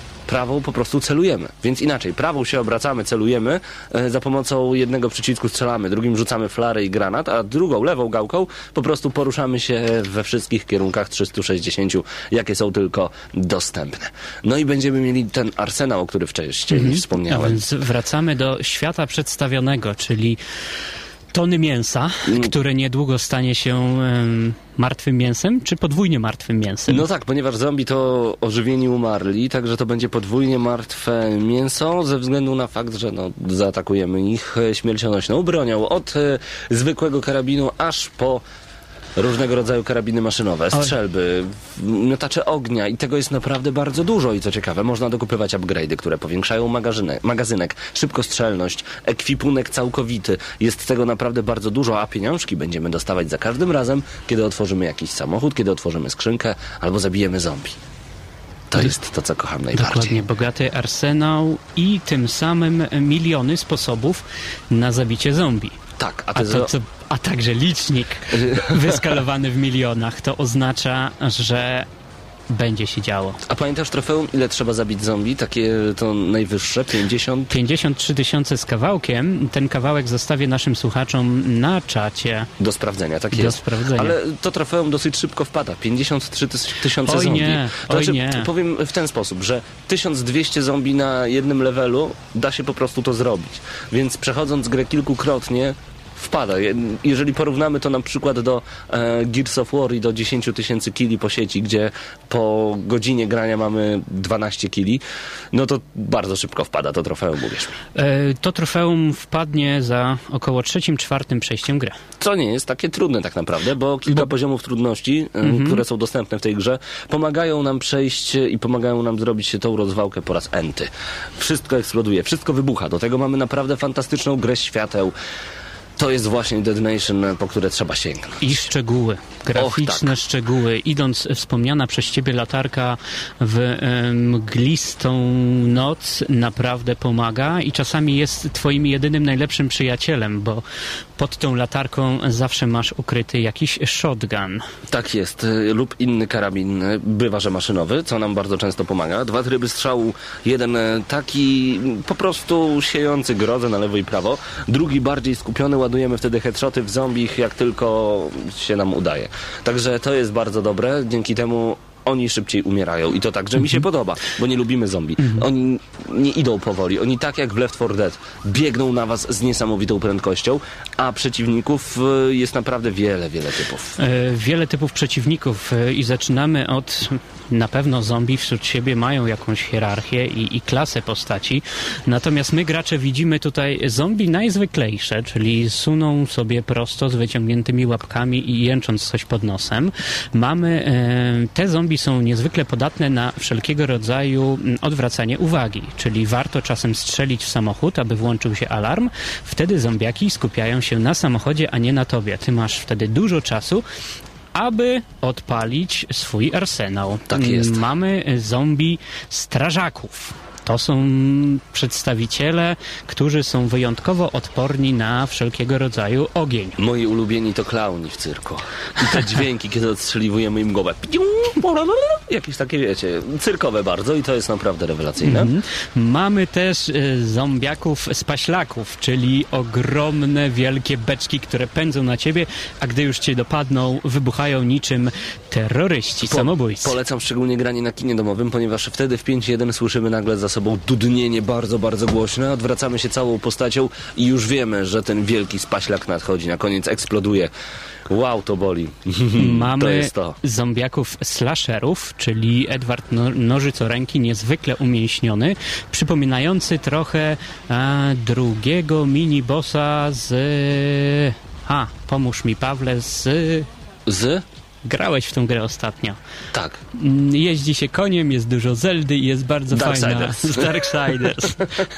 po prostu celujemy. Więc inaczej, prawą się obracamy, celujemy, za pomocą jednego przycisku strzelamy, drugim rzucamy flarę i granat, a drugą, lewą gałką po prostu poruszamy się we wszystkich kierunkach 360, jakie są tylko dostępne. No i będziemy mieli ten arsenał, o którym wcześniej wspomniałem. A więc wracamy do świata przedstawionego, czyli tony mięsa, które niedługo stanie się martwym mięsem, czy podwójnie martwym mięsem? No tak, ponieważ zombie to ożywieni umarli, także to będzie podwójnie martwe mięso, ze względu na fakt, że zaatakujemy ich śmiercionośną bronią, od zwykłego karabinu aż po różnego rodzaju karabiny maszynowe, strzelby, miotacze ognia i tego jest naprawdę bardzo dużo i co ciekawe, można dokupywać upgrade'y, które powiększają magazynek, szybkostrzelność, ekwipunek całkowity. Jest tego naprawdę bardzo dużo, a pieniążki będziemy dostawać za każdym razem, kiedy otworzymy jakiś samochód, kiedy otworzymy skrzynkę albo zabijemy zombie. To jest to, co kocham najbardziej. Dokładnie, bogaty arsenał i tym samym miliony sposobów na zabicie zombie. Tak, a także licznik wyskalowany w milionach. To oznacza, że będzie się działo. A pamiętasz trofeum, ile trzeba zabić zombie? Takie to najwyższe? 50? 53 000 z kawałkiem. Ten kawałek zostawię naszym słuchaczom na czacie. Do sprawdzenia, tak jest. Do sprawdzenia. Ale to trofeum dosyć szybko wpada. 53 000 zombie. Nie. Powiem w ten sposób, że 1200 zombie na jednym levelu da się po prostu to zrobić. Więc przechodząc grę kilkukrotnie, Wpada. Jeżeli porównamy to na przykład do Gears of War i do 10 000 killi po sieci, gdzie po godzinie grania mamy 12 killi, no to bardzo szybko wpada to trofeum, uwierz mi. To trofeum wpadnie za około 3-4 przejściem gry. Co nie jest takie trudne tak naprawdę, bo kilka poziomów trudności, które są dostępne w tej grze, pomagają nam przejść i pomagają nam zrobić się tą rozwałkę po raz enty. Wszystko eksploduje, wszystko wybucha. Do tego mamy naprawdę fantastyczną grę świateł. To jest właśnie Dead Nation, po które trzeba sięgnąć. I szczegóły, graficzne tak. Szczegóły. Idąc wspomniana przez ciebie latarka w mglistą noc naprawdę pomaga i czasami jest twoim jedynym najlepszym przyjacielem, bo pod tą latarką zawsze masz ukryty jakiś shotgun. Tak jest, lub inny karabin, bywa, że maszynowy, co nam bardzo często pomaga. 2 tryby strzału, jeden taki po prostu siejący grozę na lewo i prawo, drugi bardziej skupiony, ładujemy wtedy headshoty w zombich, jak tylko się nam udaje. Także to jest bardzo dobre, dzięki temu oni szybciej umierają i to także mi się podoba, bo nie lubimy zombie. Oni nie idą powoli, oni tak jak w Left 4 Dead biegną na was z niesamowitą prędkością, a przeciwników jest naprawdę wiele typów. Wiele typów przeciwników i zaczynamy od na pewno zombie wśród siebie mają jakąś hierarchię i klasę postaci, natomiast my gracze widzimy tutaj zombie najzwyklejsze, czyli suną sobie prosto z wyciągniętymi łapkami i jęcząc coś pod nosem. Mamy te zombie są niezwykle podatne na wszelkiego rodzaju odwracanie uwagi, czyli warto czasem strzelić w samochód, aby włączył się alarm. Wtedy zombiaki skupiają się na samochodzie, a nie na tobie. Ty masz wtedy dużo czasu, aby odpalić swój arsenał. Tak jest. Mamy zombie strażaków. To są przedstawiciele, którzy są wyjątkowo odporni na wszelkiego rodzaju ogień. Moi ulubieni to klauni w cyrku. I te dźwięki, kiedy odstrzeliwujemy im głowę. Jakieś takie, wiecie, cyrkowe bardzo i to jest naprawdę rewelacyjne. Mamy też zombiaków spaślaków, czyli ogromne, wielkie beczki, które pędzą na ciebie, a gdy już cię dopadną, wybuchają niczym terroryści, samobójcy. Polecam szczególnie granie na kinie domowym, ponieważ wtedy w 5.1 słyszymy nagle za sobą dudnienie bardzo głośne, odwracamy się całą postacią i już wiemy, że ten wielki spaślak nadchodzi, na koniec eksploduje. Wow, to boli. Mamy to jest to. Zombiaków slasherów, czyli Edward Nożycoręki, niezwykle umięśniony, przypominający trochę drugiego mini-bossa z... pomóż mi, Pawle, Z? Grałeś w tą grę ostatnio. Tak. Jeździ się koniem, jest dużo Zeldy i jest bardzo fajna. Darksiders.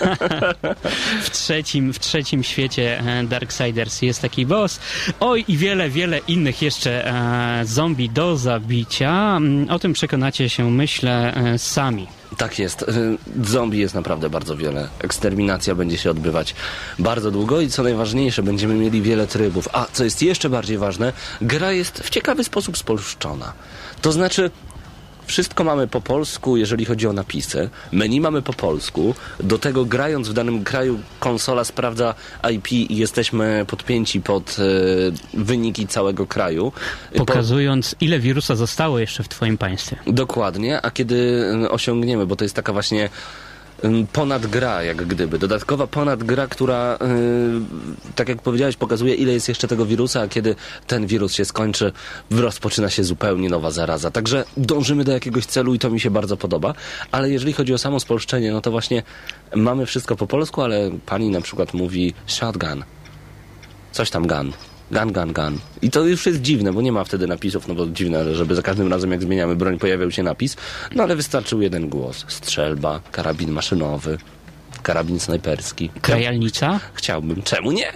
W trzecim świecie Darksiders jest taki boss. Oj, i wiele innych jeszcze zombie do zabicia. O tym przekonacie się, myślę, sami. Tak jest. Zombie jest naprawdę bardzo wiele. Eksterminacja będzie się odbywać bardzo długo i co najważniejsze, będziemy mieli wiele trybów. A co jest jeszcze bardziej ważne, gra jest w ciekawy sposób spolszczona. To znaczy, wszystko mamy po polsku, jeżeli chodzi o napisy. Menu mamy po polsku. Do tego grając w danym kraju konsola sprawdza IP i jesteśmy podpięci pod wyniki całego kraju. Pokazując, ile wirusa zostało jeszcze w twoim państwie. Dokładnie, a kiedy osiągniemy, bo to jest taka właśnie ponadgra, jak gdyby. Dodatkowa ponadgra, która, tak jak powiedziałeś, pokazuje, ile jest jeszcze tego wirusa, a kiedy ten wirus się skończy, rozpoczyna się zupełnie nowa zaraza. Także dążymy do jakiegoś celu i to mi się bardzo podoba. Ale jeżeli chodzi o samo spolszczenie, no to właśnie mamy wszystko po polsku, ale pani na przykład mówi shotgun. Coś tam gun. Gun. I to już jest dziwne, bo nie ma wtedy napisów, no bo dziwne, żeby za każdym razem jak zmieniamy broń pojawiał się napis, no ale wystarczył jeden głos. Strzelba, karabin maszynowy, karabin snajperski. Krajalnica? Chciałbym. Czemu nie?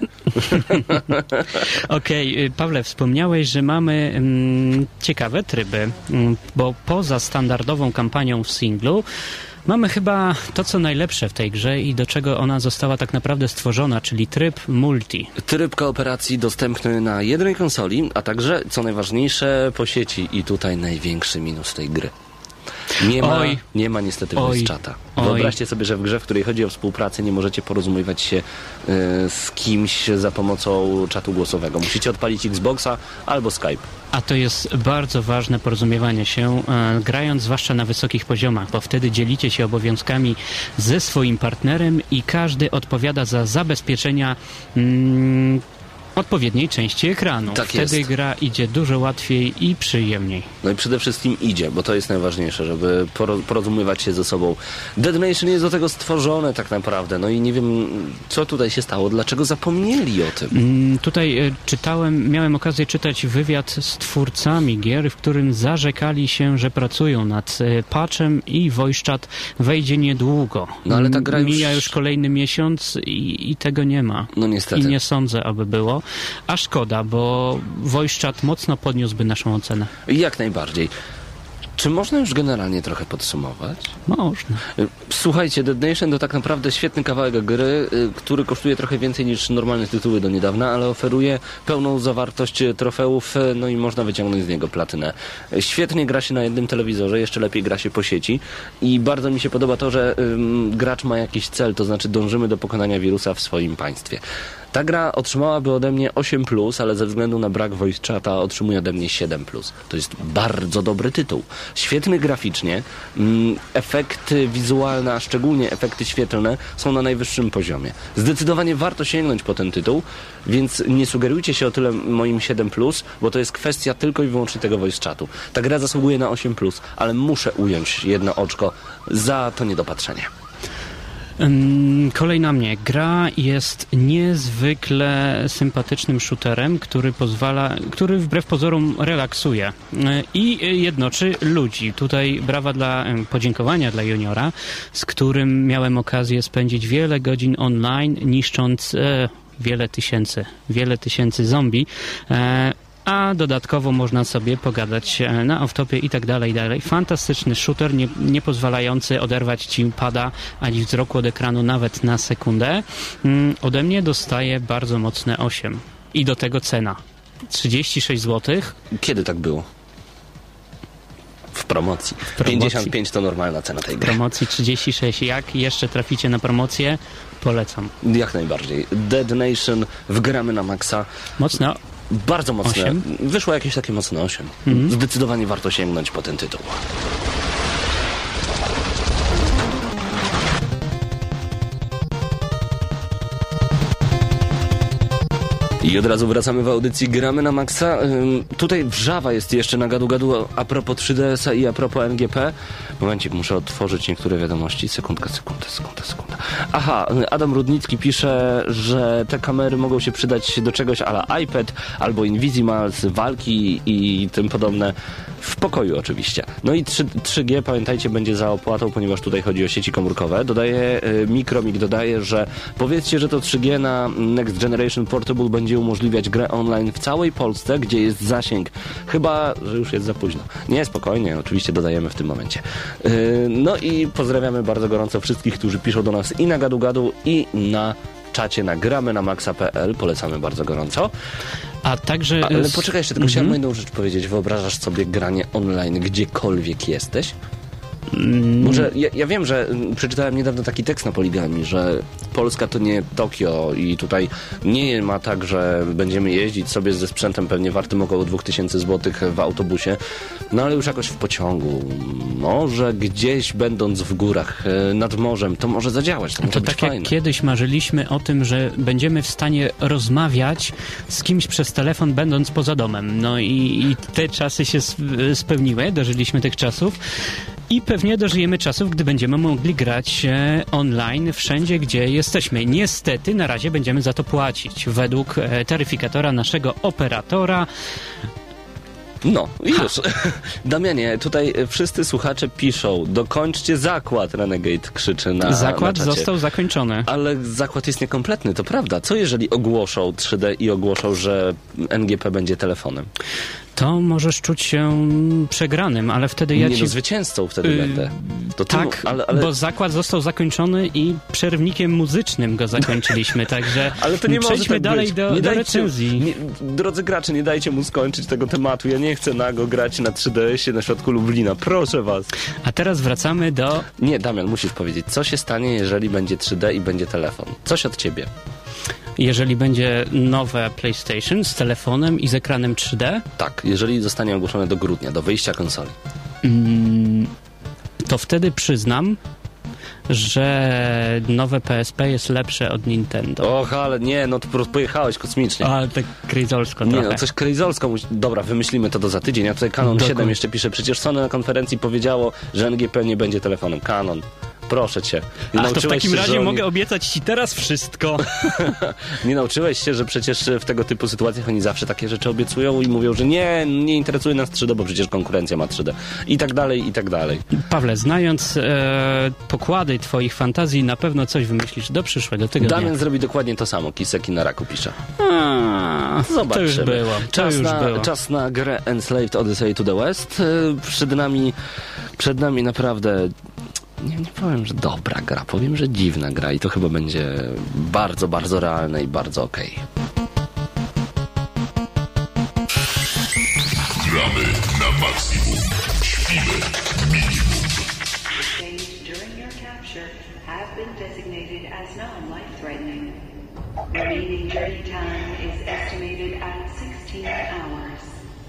Okej, Pawle, wspomniałeś, że mamy ciekawe tryby, bo poza standardową kampanią w singlu mamy chyba to, co najlepsze w tej grze i do czego ona została tak naprawdę stworzona, czyli tryb multi. Tryb kooperacji dostępny na jednej konsoli, a także, co najważniejsze, po sieci. I tutaj największy minus tej gry. Nie ma niestety voice chata. Wyobraźcie sobie, że w grze, w której chodzi o współpracę, nie możecie porozumiewać się z kimś za pomocą czatu głosowego. Musicie odpalić Xboxa albo Skype. A to jest bardzo ważne porozumiewanie się, grając zwłaszcza na wysokich poziomach, bo wtedy dzielicie się obowiązkami ze swoim partnerem i każdy odpowiada za zabezpieczenia odpowiedniej części ekranu. Tak Wtedy jest. gra idzie dużo łatwiej i przyjemniej. No i przede wszystkim idzie, bo to jest najważniejsze, żeby porozumiewać się ze sobą. Dead Nation jest do tego stworzone tak naprawdę, no i nie wiem, co tutaj się stało, dlaczego zapomnieli o tym. Tutaj miałem okazję czytać wywiad z twórcami gier, w którym zarzekali się, że pracują nad patchem i voice chat wejdzie niedługo. No ale ta gra Mija już kolejny miesiąc i tego nie ma. No niestety. I nie sądzę, aby było. A szkoda, bo voice chat mocno podniósłby naszą ocenę. Jak najbardziej. Czy można już generalnie trochę podsumować? Można. Słuchajcie, Dead Nation to tak naprawdę świetny kawałek gry, który kosztuje trochę więcej niż normalne tytuły do niedawna, ale oferuje pełną zawartość trofeów, no i można wyciągnąć z niego platynę. Świetnie gra się na jednym telewizorze, jeszcze lepiej gra się po sieci i bardzo mi się podoba to, że gracz ma jakiś cel, to znaczy dążymy do pokonania wirusa w swoim państwie. Ta gra otrzymałaby ode mnie 8+, ale ze względu na brak voice chata otrzymuje ode mnie 7+. To jest bardzo dobry tytuł. Świetny graficznie, efekty wizualne, a szczególnie efekty świetlne są na najwyższym poziomie. Zdecydowanie warto sięgnąć po ten tytuł, więc nie sugerujcie się o tyle moim 7+, bo to jest kwestia tylko i wyłącznie tego voice chatu. Ta gra zasługuje na 8+, ale muszę ująć jedno oczko za to niedopatrzenie. Kolej na mnie. Gra jest niezwykle sympatycznym shooterem, który wbrew pozorom relaksuje i jednoczy ludzi. Tutaj podziękowania dla Juniora, z którym miałem okazję spędzić wiele godzin online, niszcząc wiele tysięcy zombie. A dodatkowo można sobie pogadać na off-topie i tak dalej. Fantastyczny shooter, nie pozwalający oderwać ci pada ani wzroku od ekranu nawet na sekundę. Ode mnie dostaje bardzo mocne 8. I do tego cena. 36 zł. Kiedy tak było? W promocji. 55 to normalna cena tej gry. W promocji 36. Jak jeszcze traficie na promocję, polecam. Jak najbardziej. Dead Nation, wgramy na maksa. Mocno. Bardzo mocne. 8? Wyszło jakieś takie mocne 8. Zdecydowanie warto sięgnąć po ten tytuł. I od razu wracamy w audycji Gramy na Maxa. Tutaj wrzawa jest jeszcze na gadu a propos 3DS-a i a propos MGP. Momencik, muszę otworzyć niektóre wiadomości. Sekundka. Aha, Adam Rudnicki pisze, że te kamery mogą się przydać do czegoś a la iPad albo Invisimals, walki i tym podobne. W pokoju oczywiście. No i 3G, pamiętajcie, będzie za opłatą, ponieważ tutaj chodzi o sieci komórkowe. Mikromik dodaje, że powiedzcie, że to 3G na Next Generation Portable będzie umożliwiać grę online w całej Polsce, gdzie jest zasięg. Chyba, że już jest za późno. Nie, spokojnie, oczywiście dodajemy w tym momencie. No i pozdrawiamy bardzo gorąco wszystkich, którzy piszą do nas i na gadu i na czacie na gramynamaxa.pl. Polecamy bardzo gorąco. A także... Ale poczekaj jeszcze, tylko chciałem jedną rzecz powiedzieć. Wyobrażasz sobie granie online gdziekolwiek jesteś? Może ja wiem, że przeczytałem niedawno taki tekst na Poligami, że Polska to nie Tokio i tutaj nie ma tak, że będziemy jeździć sobie ze sprzętem pewnie wartym około 2000 zł w autobusie, no ale już jakoś w pociągu, może gdzieś będąc w górach, nad morzem, to może zadziałać, to może być tak fajne. Jak kiedyś marzyliśmy o tym, że będziemy w stanie rozmawiać z kimś przez telefon, będąc poza domem. No i te czasy się spełniły, dożyliśmy tych czasów. I pewnie dożyjemy czasów, gdy będziemy mogli grać online wszędzie, gdzie jesteśmy. Niestety na razie będziemy za to płacić według taryfikatora naszego operatora. No, już. Damianie, tutaj wszyscy słuchacze piszą, dokończcie zakład, Renegade krzyczy na Zakład na czacie. Został zakończony. Ale zakład jest niekompletny, to prawda. Co jeżeli ogłoszą 3D i ogłoszą, że NGP będzie telefonem? To możesz czuć się przegranym, ale wtedy ja ci... zwycięzcą wtedy będę. To tak, ale... bo zakład został zakończony i przerwnikiem muzycznym go zakończyliśmy, także ale to nie przejdźmy tak dalej do recenzji. Drodzy gracze, nie dajcie mu skończyć tego tematu. Ja nie chcę nago grać na 3DS-ie na środku Lublina. Proszę was. A teraz wracamy do... Nie, Damian, musisz powiedzieć, co się stanie, jeżeli będzie 3D i będzie telefon? Coś od ciebie. Jeżeli będzie nowe PlayStation z telefonem i z ekranem 3D? Tak, jeżeli zostanie ogłoszone do grudnia, do wyjścia konsoli. To wtedy przyznam, że nowe PSP jest lepsze od Nintendo. Och, ale nie, no to po prostu pojechałeś kosmicznie. Ale tak crazyolsko Nie, trochę. no coś crazyolsko. Dobra, wymyślimy to do za tydzień. Ja tutaj Canon 7 jeszcze piszę. Przecież Sony na konferencji powiedziało, że NGP nie będzie telefonem. Canon. Proszę cię. To w takim razie mogę obiecać ci teraz wszystko. Nie nauczyłeś się, że przecież w tego typu sytuacjach oni zawsze takie rzeczy obiecują i mówią, że nie interesuje nas 3D, bo przecież konkurencja ma 3D. I tak dalej, i tak dalej. Pawle, znając pokłady twoich fantazji, na pewno coś wymyślisz do przyszłego tygodnia. Damian zrobi dokładnie to samo. Kiseki na raku pisze. Zobaczymy. To już było. Czas na grę Enslaved Odyssey to the West. Przed nami naprawdę... Nie powiem, że dobra gra, powiem, że dziwna gra i to chyba będzie bardzo, bardzo realne i bardzo okej. Gramy na maksimum. Śpimy minimum. During your capture have been designated as non-life-threatening. Remaining journey time is estimated at 16 hours.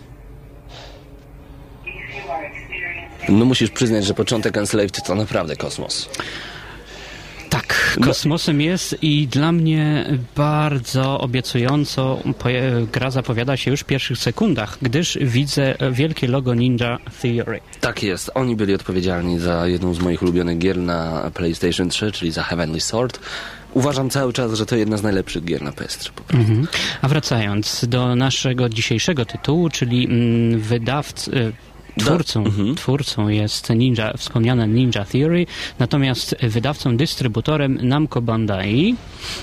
If you are experiencing... No musisz przyznać, że początek Enslaved to naprawdę kosmos. Tak, kosmosem jest i dla mnie bardzo obiecująco gra zapowiada się już w pierwszych sekundach, gdyż widzę wielkie logo Ninja Theory. Tak jest, oni byli odpowiedzialni za jedną z moich ulubionych gier na PlayStation 3, czyli za Heavenly Sword. Uważam cały czas, że to jedna z najlepszych gier na PS3 po prostu. A wracając do naszego dzisiejszego tytułu, czyli Twórcą jest wspomniane Ninja Theory, natomiast wydawcą, dystrybutorem Namco Bandai,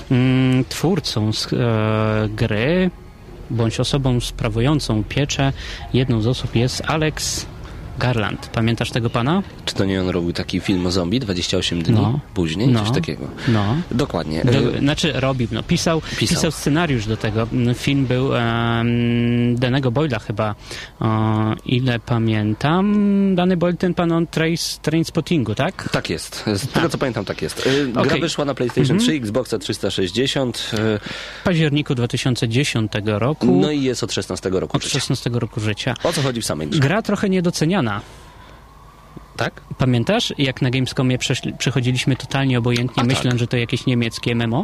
twórcą gry, bądź osobą sprawującą pieczę, jedną z osób jest Alex Garland. Pamiętasz tego pana? Czy to nie on robił taki film o zombie 28 dni później? Coś takiego. No. Dokładnie. Pisał scenariusz do tego. Film był Danego Boyla chyba, ile pamiętam. Dany Boyle, ten pan on Trainspottingu, tak? Tak jest. Z tego co pamiętam, tak jest. Gra wyszła na PlayStation 3, Xboxa 360. W październiku 2010 roku. No i jest od 16 roku życia. Od 16 roku życia. O co chodzi w samej grze? Gra trochę niedoceniana. Tak? Pamiętasz, jak na Gamescomie przechodziliśmy totalnie obojętnie, myśląc, że to jakieś niemieckie MMO?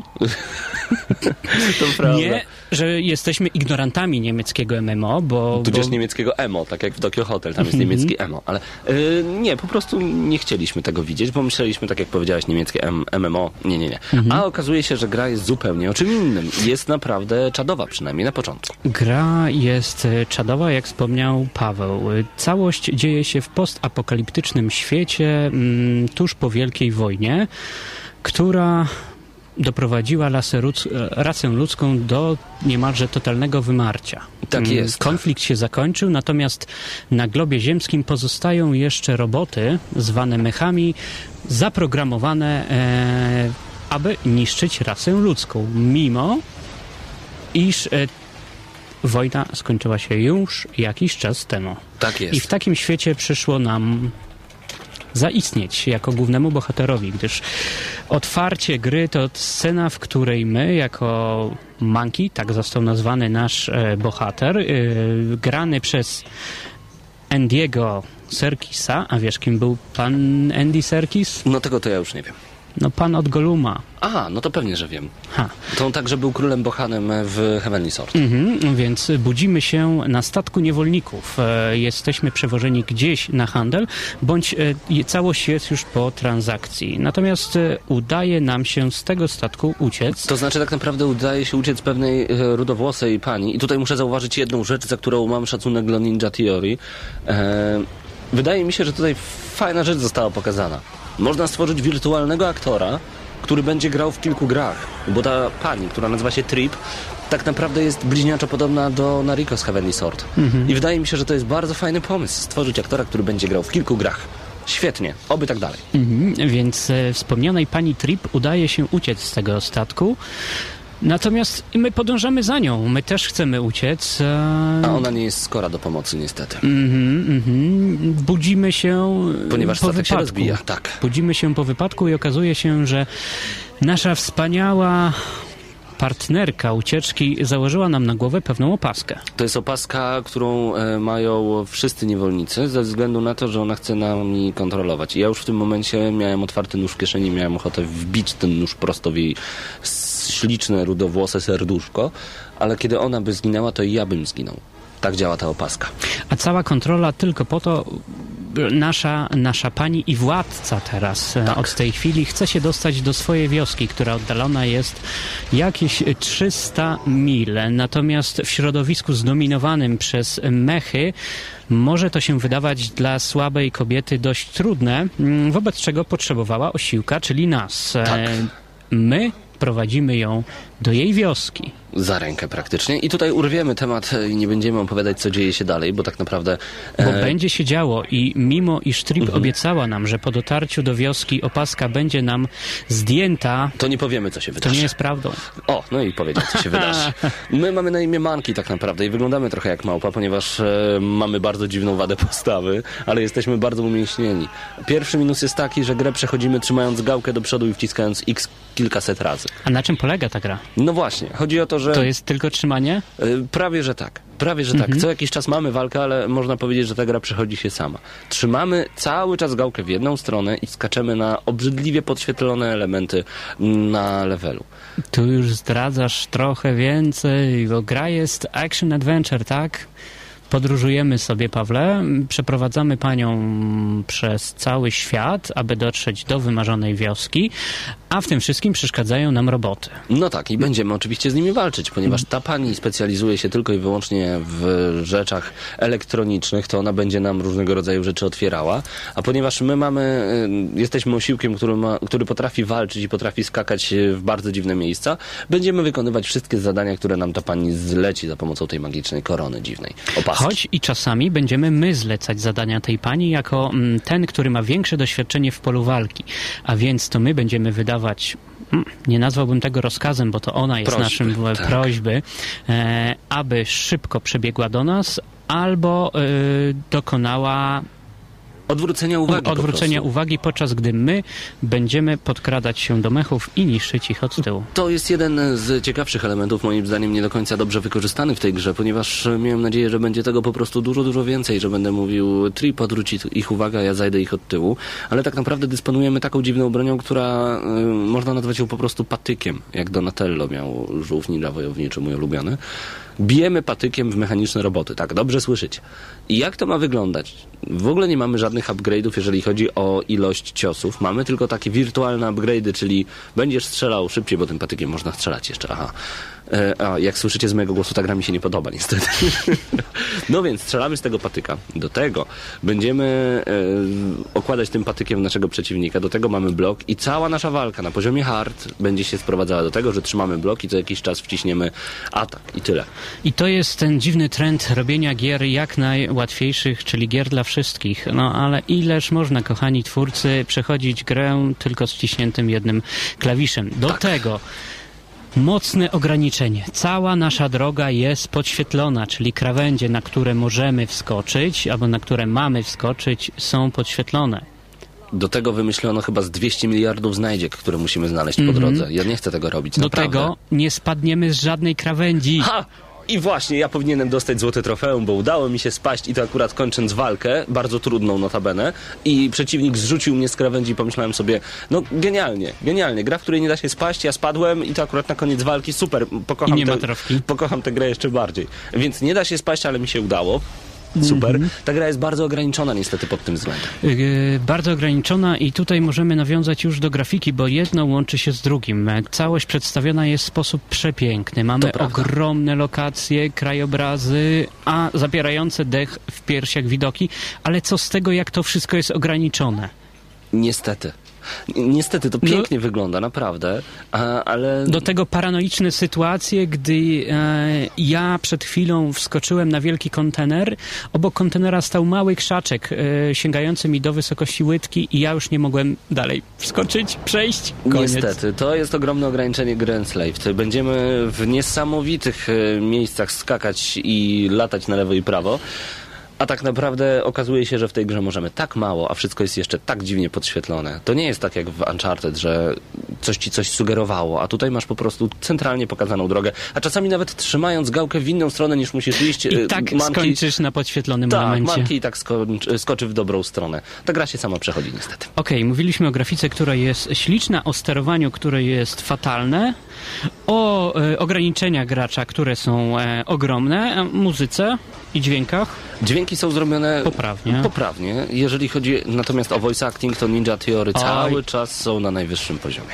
To prawda. Nie, że jesteśmy ignorantami niemieckiego MMO, tudzież niemieckiego emo, tak jak w Tokyo Hotel, tam jest niemiecki emo, ale nie, po prostu nie chcieliśmy tego widzieć, bo myśleliśmy, tak jak powiedziałeś, niemieckie MMO, nie. A okazuje się, że gra jest zupełnie o czym innym. Jest naprawdę czadowa, przynajmniej na początku. Gra jest czadowa, jak wspomniał Paweł. Całość dzieje się w postapokaliptycznym świecie tuż po Wielkiej Wojnie, która doprowadziła rasę ludzką do niemalże totalnego wymarcia. Tak jest. Konflikt się zakończył, natomiast na globie ziemskim pozostają jeszcze roboty, zwane mechami, zaprogramowane, aby niszczyć rasę ludzką, mimo iż wojna skończyła się już jakiś czas temu. Tak jest. I w takim świecie przyszło nam zaistnieć jako głównemu bohaterowi, gdyż otwarcie gry to scena, w której my jako Monkey, tak został nazwany nasz bohater, grany przez Andy'ego Serkisa, a wiesz, kim był pan Andy Serkis? No tego to ja już nie wiem. No pan od Golluma. Aha, no to pewnie, że wiem. To on także był królem Bohanem w Heavenly Sword. Więc budzimy się na statku niewolników. Jesteśmy przewożeni gdzieś na handel, bądź całość jest już po transakcji. Natomiast udaje nam się z tego statku uciec. To znaczy tak naprawdę udaje się uciec pewnej rudowłosej pani. I tutaj muszę zauważyć jedną rzecz, za którą mam szacunek dla Ninja Theory. Wydaje mi się, że tutaj fajna rzecz została pokazana. Można stworzyć wirtualnego aktora, który będzie grał w kilku grach, bo ta pani, która nazywa się Trip, tak naprawdę jest bliźniaczo podobna do Nariko z Heavenly Sword. I wydaje mi się, że to jest bardzo fajny pomysł, stworzyć aktora, który będzie grał w kilku grach. Świetnie, oby tak dalej. Więc wspomnianej pani Trip udaje się uciec z tego statku. Natomiast my podążamy za nią. My też chcemy uciec. A ona nie jest skora do pomocy, niestety. Budzimy się ponieważ po statek wypadku. się rozbija, tak. Budzimy się po wypadku i okazuje się, że nasza wspaniała partnerka ucieczki założyła nam na głowę pewną opaskę. To jest opaska, którą mają wszyscy niewolnicy ze względu na to, że ona chce nami kontrolować. I ja już w tym momencie miałem otwarty nóż w kieszeni, miałem ochotę wbić ten nóż prosto w jej śliczne, rudowłose serduszko, ale kiedy ona by zginęła, to i ja bym zginął. Tak działa ta opaska. A cała kontrola tylko po to, nasza pani i władca teraz od tej chwili chce się dostać do swojej wioski, która oddalona jest jakieś 300 mil. Natomiast w środowisku zdominowanym przez mechy może to się wydawać dla słabej kobiety dość trudne, wobec czego potrzebowała osiłka, czyli nas. Tak. My prowadzimy ją do jej wioski. Za rękę praktycznie. I tutaj urwiemy temat i nie będziemy opowiadać, co dzieje się dalej, bo tak naprawdę... Bo będzie się działo i mimo iż Trip obiecała nam, że po dotarciu do wioski opaska będzie nam zdjęta... To nie powiemy, co się wydarzy. To nie jest prawdą. O, no i powiedzieć, co się wydarzy. My mamy na imię Monkey tak naprawdę i wyglądamy trochę jak małpa, ponieważ mamy bardzo dziwną wadę postawy, ale jesteśmy bardzo umięśnieni. Pierwszy minus jest taki, że grę przechodzimy trzymając gałkę do przodu i wciskając X kilkaset razy. A na czym polega ta gra? No właśnie, chodzi o to, że... To jest tylko trzymanie? Prawie, że tak. Prawie, że tak. Co jakiś czas mamy walkę, ale można powiedzieć, że ta gra przechodzi się sama. Trzymamy cały czas gałkę w jedną stronę i skaczemy na obrzydliwie podświetlone elementy na levelu. Tu już zdradzasz trochę więcej, bo gra jest action adventure, tak? Podróżujemy sobie, Pawle, przeprowadzamy panią przez cały świat, aby dotrzeć do wymarzonej wioski, a w tym wszystkim przeszkadzają nam roboty. No tak, i będziemy oczywiście z nimi walczyć, ponieważ ta pani specjalizuje się tylko i wyłącznie w rzeczach elektronicznych, to ona będzie nam różnego rodzaju rzeczy otwierała, a ponieważ my jesteśmy osiłkiem, który potrafi walczyć i potrafi skakać w bardzo dziwne miejsca, będziemy wykonywać wszystkie zadania, które nam ta pani zleci za pomocą tej magicznej korony dziwnej. Choć i czasami będziemy my zlecać zadania tej pani jako ten, który ma większe doświadczenie w polu walki. A więc to my będziemy wydawać, nie nazwałbym tego rozkazem, bo to ona jest naszym prośby, aby szybko przebiegła do nas albo dokonała odwrócenia uwagi, podczas gdy my będziemy podkradać się do mechów i niszczyć ich od tyłu. To jest jeden z ciekawszych elementów, moim zdaniem nie do końca dobrze wykorzystany w tej grze, ponieważ miałem nadzieję, że będzie tego po prostu dużo, dużo więcej, że będę mówił Trip odwróci ich uwagę, ja zajdę ich od tyłu, ale tak naprawdę dysponujemy taką dziwną bronią, która można nazwać ją po prostu patykiem, jak Donatello miał żółw ninja wojowniczy, mój ulubiony. Bijemy patykiem w mechaniczne roboty, tak, dobrze słyszycie. I jak to ma wyglądać? W ogóle nie mamy żadnych upgrade'ów, jeżeli chodzi o ilość ciosów. Mamy tylko takie wirtualne upgrade'y, czyli będziesz strzelał szybciej, bo tym patykiem można strzelać jeszcze, aha. A jak słyszycie z mojego głosu, ta gra mi się nie podoba niestety. No więc strzelamy z tego patyka. Do tego będziemy okładać tym patykiem naszego przeciwnika. Do tego mamy blok i cała nasza walka na poziomie hard będzie się sprowadzała do tego, że trzymamy blok i co jakiś czas wciśniemy atak i tyle. I to jest ten dziwny trend robienia gier jak najłatwiejszych, czyli gier dla wszystkich. No ale ileż można, kochani twórcy, przechodzić grę tylko z wciśniętym jednym klawiszem. Do tego mocne ograniczenie. Cała nasza droga jest podświetlona, czyli krawędzie, na które możemy wskoczyć, albo na które mamy wskoczyć, są podświetlone. Do tego wymyślono chyba z 200 miliardów znajdziek, które musimy znaleźć po drodze. Ja nie chcę tego robić, do naprawdę. Tego nie spadniemy z żadnej krawędzi. Ha! I właśnie, ja powinienem dostać złote trofeum, bo udało mi się spaść i to akurat kończąc walkę, bardzo trudną notabene, i przeciwnik zrzucił mnie z krawędzi i pomyślałem sobie, no genialnie, gra, w której nie da się spaść, ja spadłem i to akurat na koniec walki, super, pokocham tę grę jeszcze bardziej. Więc nie da się spaść, ale mi się udało. Super. Ta gra jest bardzo ograniczona niestety pod tym względem. Bardzo ograniczona i tutaj możemy nawiązać już do grafiki, bo jedno łączy się z drugim. Całość przedstawiona jest w sposób przepiękny. Mamy ogromne lokacje, krajobrazy, a zapierające dech w piersiach widoki. Ale co z tego, jak to wszystko jest ograniczone? Niestety, to pięknie wygląda, naprawdę, ale... Do tego paranoiczne sytuacje, gdy ja przed chwilą wskoczyłem na wielki kontener, obok kontenera stał mały krzaczek sięgający mi do wysokości łydki i ja już nie mogłem dalej wskoczyć, przejść, koniec. Niestety, to jest ogromne ograniczenie gry Enslaved. Będziemy w niesamowitych miejscach skakać i latać na lewo i prawo. A tak naprawdę okazuje się, że w tej grze możemy tak mało, a wszystko jest jeszcze tak dziwnie podświetlone. To nie jest tak jak w Uncharted, że coś ci coś sugerowało, a tutaj masz po prostu centralnie pokazaną drogę, a czasami nawet trzymając gałkę w inną stronę niż musisz iść. I tak skończysz na podświetlonym elemencie. Tak, Monkey i tak skoczy w dobrą stronę. Ta gra się sama przechodzi niestety. Okej, mówiliśmy o grafice, która jest śliczna, o sterowaniu, które jest fatalne, o ograniczeniach gracza, które są ogromne, muzyce i dźwiękach. Dźwięki są zrobione poprawnie. Jeżeli chodzi natomiast o voice acting, to Ninja Theory cały czas są na najwyższym poziomie.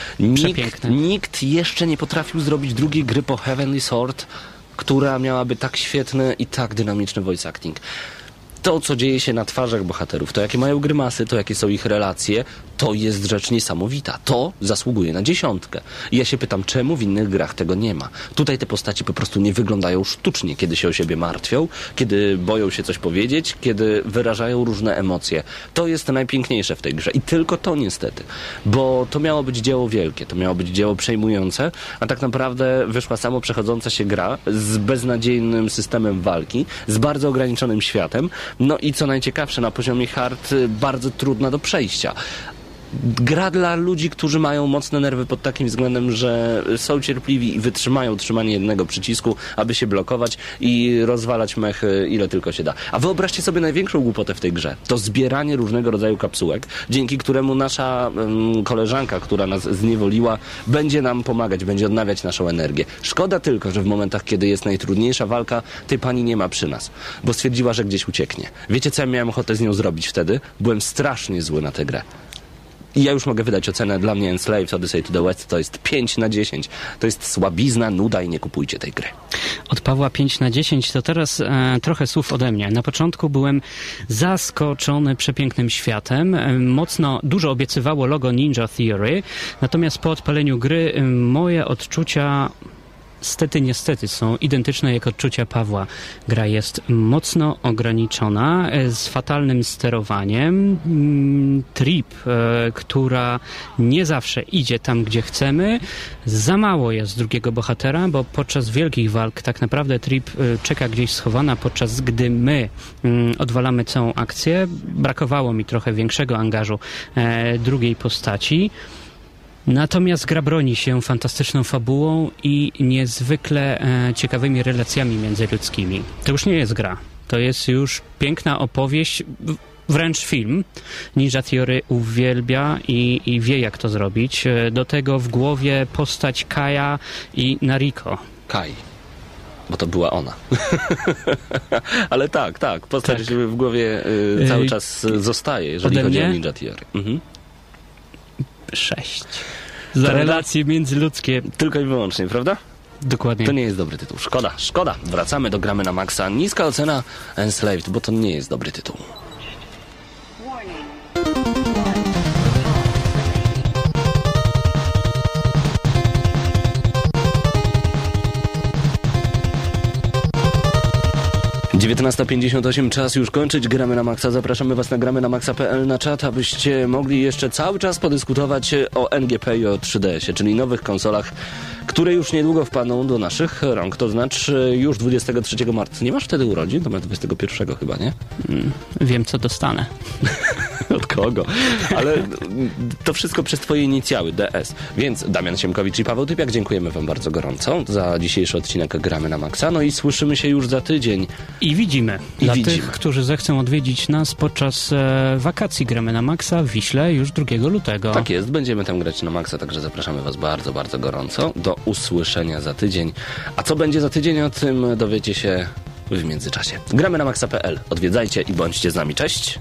Nikt jeszcze nie potrafił zrobić drugiej gry po Heavenly Sword, która miałaby tak świetny i tak dynamiczny voice acting. To, co dzieje się na twarzach bohaterów, to jakie mają grymasy, to jakie są ich relacje, to jest rzecz niesamowita. To zasługuje na 10. I ja się pytam, czemu w innych grach tego nie ma? Tutaj te postaci po prostu nie wyglądają sztucznie, kiedy się o siebie martwią, kiedy boją się coś powiedzieć, kiedy wyrażają różne emocje. To jest najpiękniejsze w tej grze. I tylko to niestety. Bo to miało być dzieło wielkie, to miało być dzieło przejmujące, a tak naprawdę wyszła samo przechodząca się gra z beznadziejnym systemem walki, z bardzo ograniczonym światem. No i co najciekawsze, na poziomie hard bardzo trudna do przejścia. Gra dla ludzi, którzy mają mocne nerwy pod takim względem, że są cierpliwi i wytrzymają trzymanie jednego przycisku, aby się blokować i rozwalać mech ile tylko się da. A wyobraźcie sobie największą głupotę w tej grze. To zbieranie różnego rodzaju kapsułek, dzięki któremu nasza koleżanka, która nas zniewoliła, będzie nam pomagać, będzie odnawiać naszą energię. Szkoda tylko, że w momentach, kiedy jest najtrudniejsza walka, tej pani nie ma przy nas, bo stwierdziła, że gdzieś ucieknie. Wiecie, co ja miałem ochotę z nią zrobić wtedy? Byłem strasznie zły na tę grę. I ja już mogę wydać ocenę, dla mnie Enslaved Odyssey to the West to jest 5/10. To jest słabizna, nuda i nie kupujcie tej gry. Od Pawła 5/10 to teraz trochę słów ode mnie. Na początku byłem zaskoczony przepięknym światem. Dużo obiecywało logo Ninja Theory, natomiast po odpaleniu gry moje odczucia niestety są identyczne jak odczucia Pawła. Gra jest mocno ograniczona, z fatalnym sterowaniem. Trip, która nie zawsze idzie tam, gdzie chcemy. Za mało jest drugiego bohatera, bo podczas wielkich walk tak naprawdę Trip czeka gdzieś schowana, podczas gdy my odwalamy całą akcję. Brakowało mi trochę większego angażu drugiej postaci. Natomiast gra broni się fantastyczną fabułą i niezwykle ciekawymi relacjami międzyludzkimi. To już nie jest gra. To jest już piękna opowieść, wręcz film. Ninja Theory uwielbia i wie, jak to zrobić. Do tego w głowie postać Kaja i Nariko. Kai. Bo to była ona. Ale tak. Postać w głowie cały czas zostaje, jeżeli chodzi o Ninja Theory. 6. Za relacje międzyludzkie. Tylko i wyłącznie, prawda? Dokładnie. To nie jest dobry tytuł. Szkoda. Wracamy do Gramy na Maxa. Niska ocena Enslaved, bo to nie jest dobry tytuł. 19:58, czas już kończyć. Gramy na Maxa. Zapraszamy Was na gramy na maxa.pl na czat, abyście mogli jeszcze cały czas podyskutować o NGP i o 3DS-ie, czyli nowych konsolach, które już niedługo wpadną do naszych rąk. To znaczy już 23 marca. Nie masz wtedy urodzin? To ma 21 chyba, nie? Wiem, co dostanę. Od kogo? Ale to wszystko przez Twoje inicjały, DS. Więc Damian Siemkowicz i Paweł Typiak, dziękujemy Wam bardzo gorąco za dzisiejszy odcinek Gramy na Maxa. No i słyszymy się już za tydzień. I widzimy. Dla tych, którzy zechcą odwiedzić nas podczas wakacji Gramy na Maxa w Wiśle już 2 lutego. Tak jest, będziemy tam grać na Maxa, także zapraszamy Was bardzo, bardzo gorąco. Do usłyszenia za tydzień. A co będzie za tydzień, o tym dowiecie się w międzyczasie. Gramy na maxa.pl. Odwiedzajcie i bądźcie z nami. Cześć!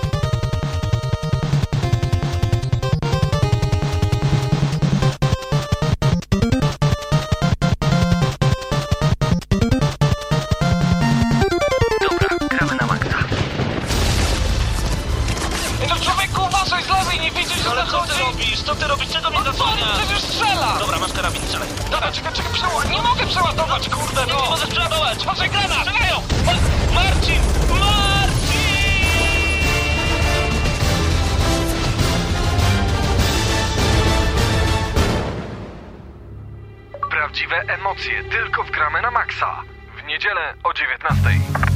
Co ty robisz? Czego mnie zasłaniasz? Przecież strzela! Dobra, masz karabin, strzelaj. Dobra, czekaj, nie mogę przeładować, kurde, no! Nie możesz przeładować! Patrzaj, granat! Strzelają! Marcin! Prawdziwe emocje tylko w Gramy na Maxa. W niedzielę o 19:00.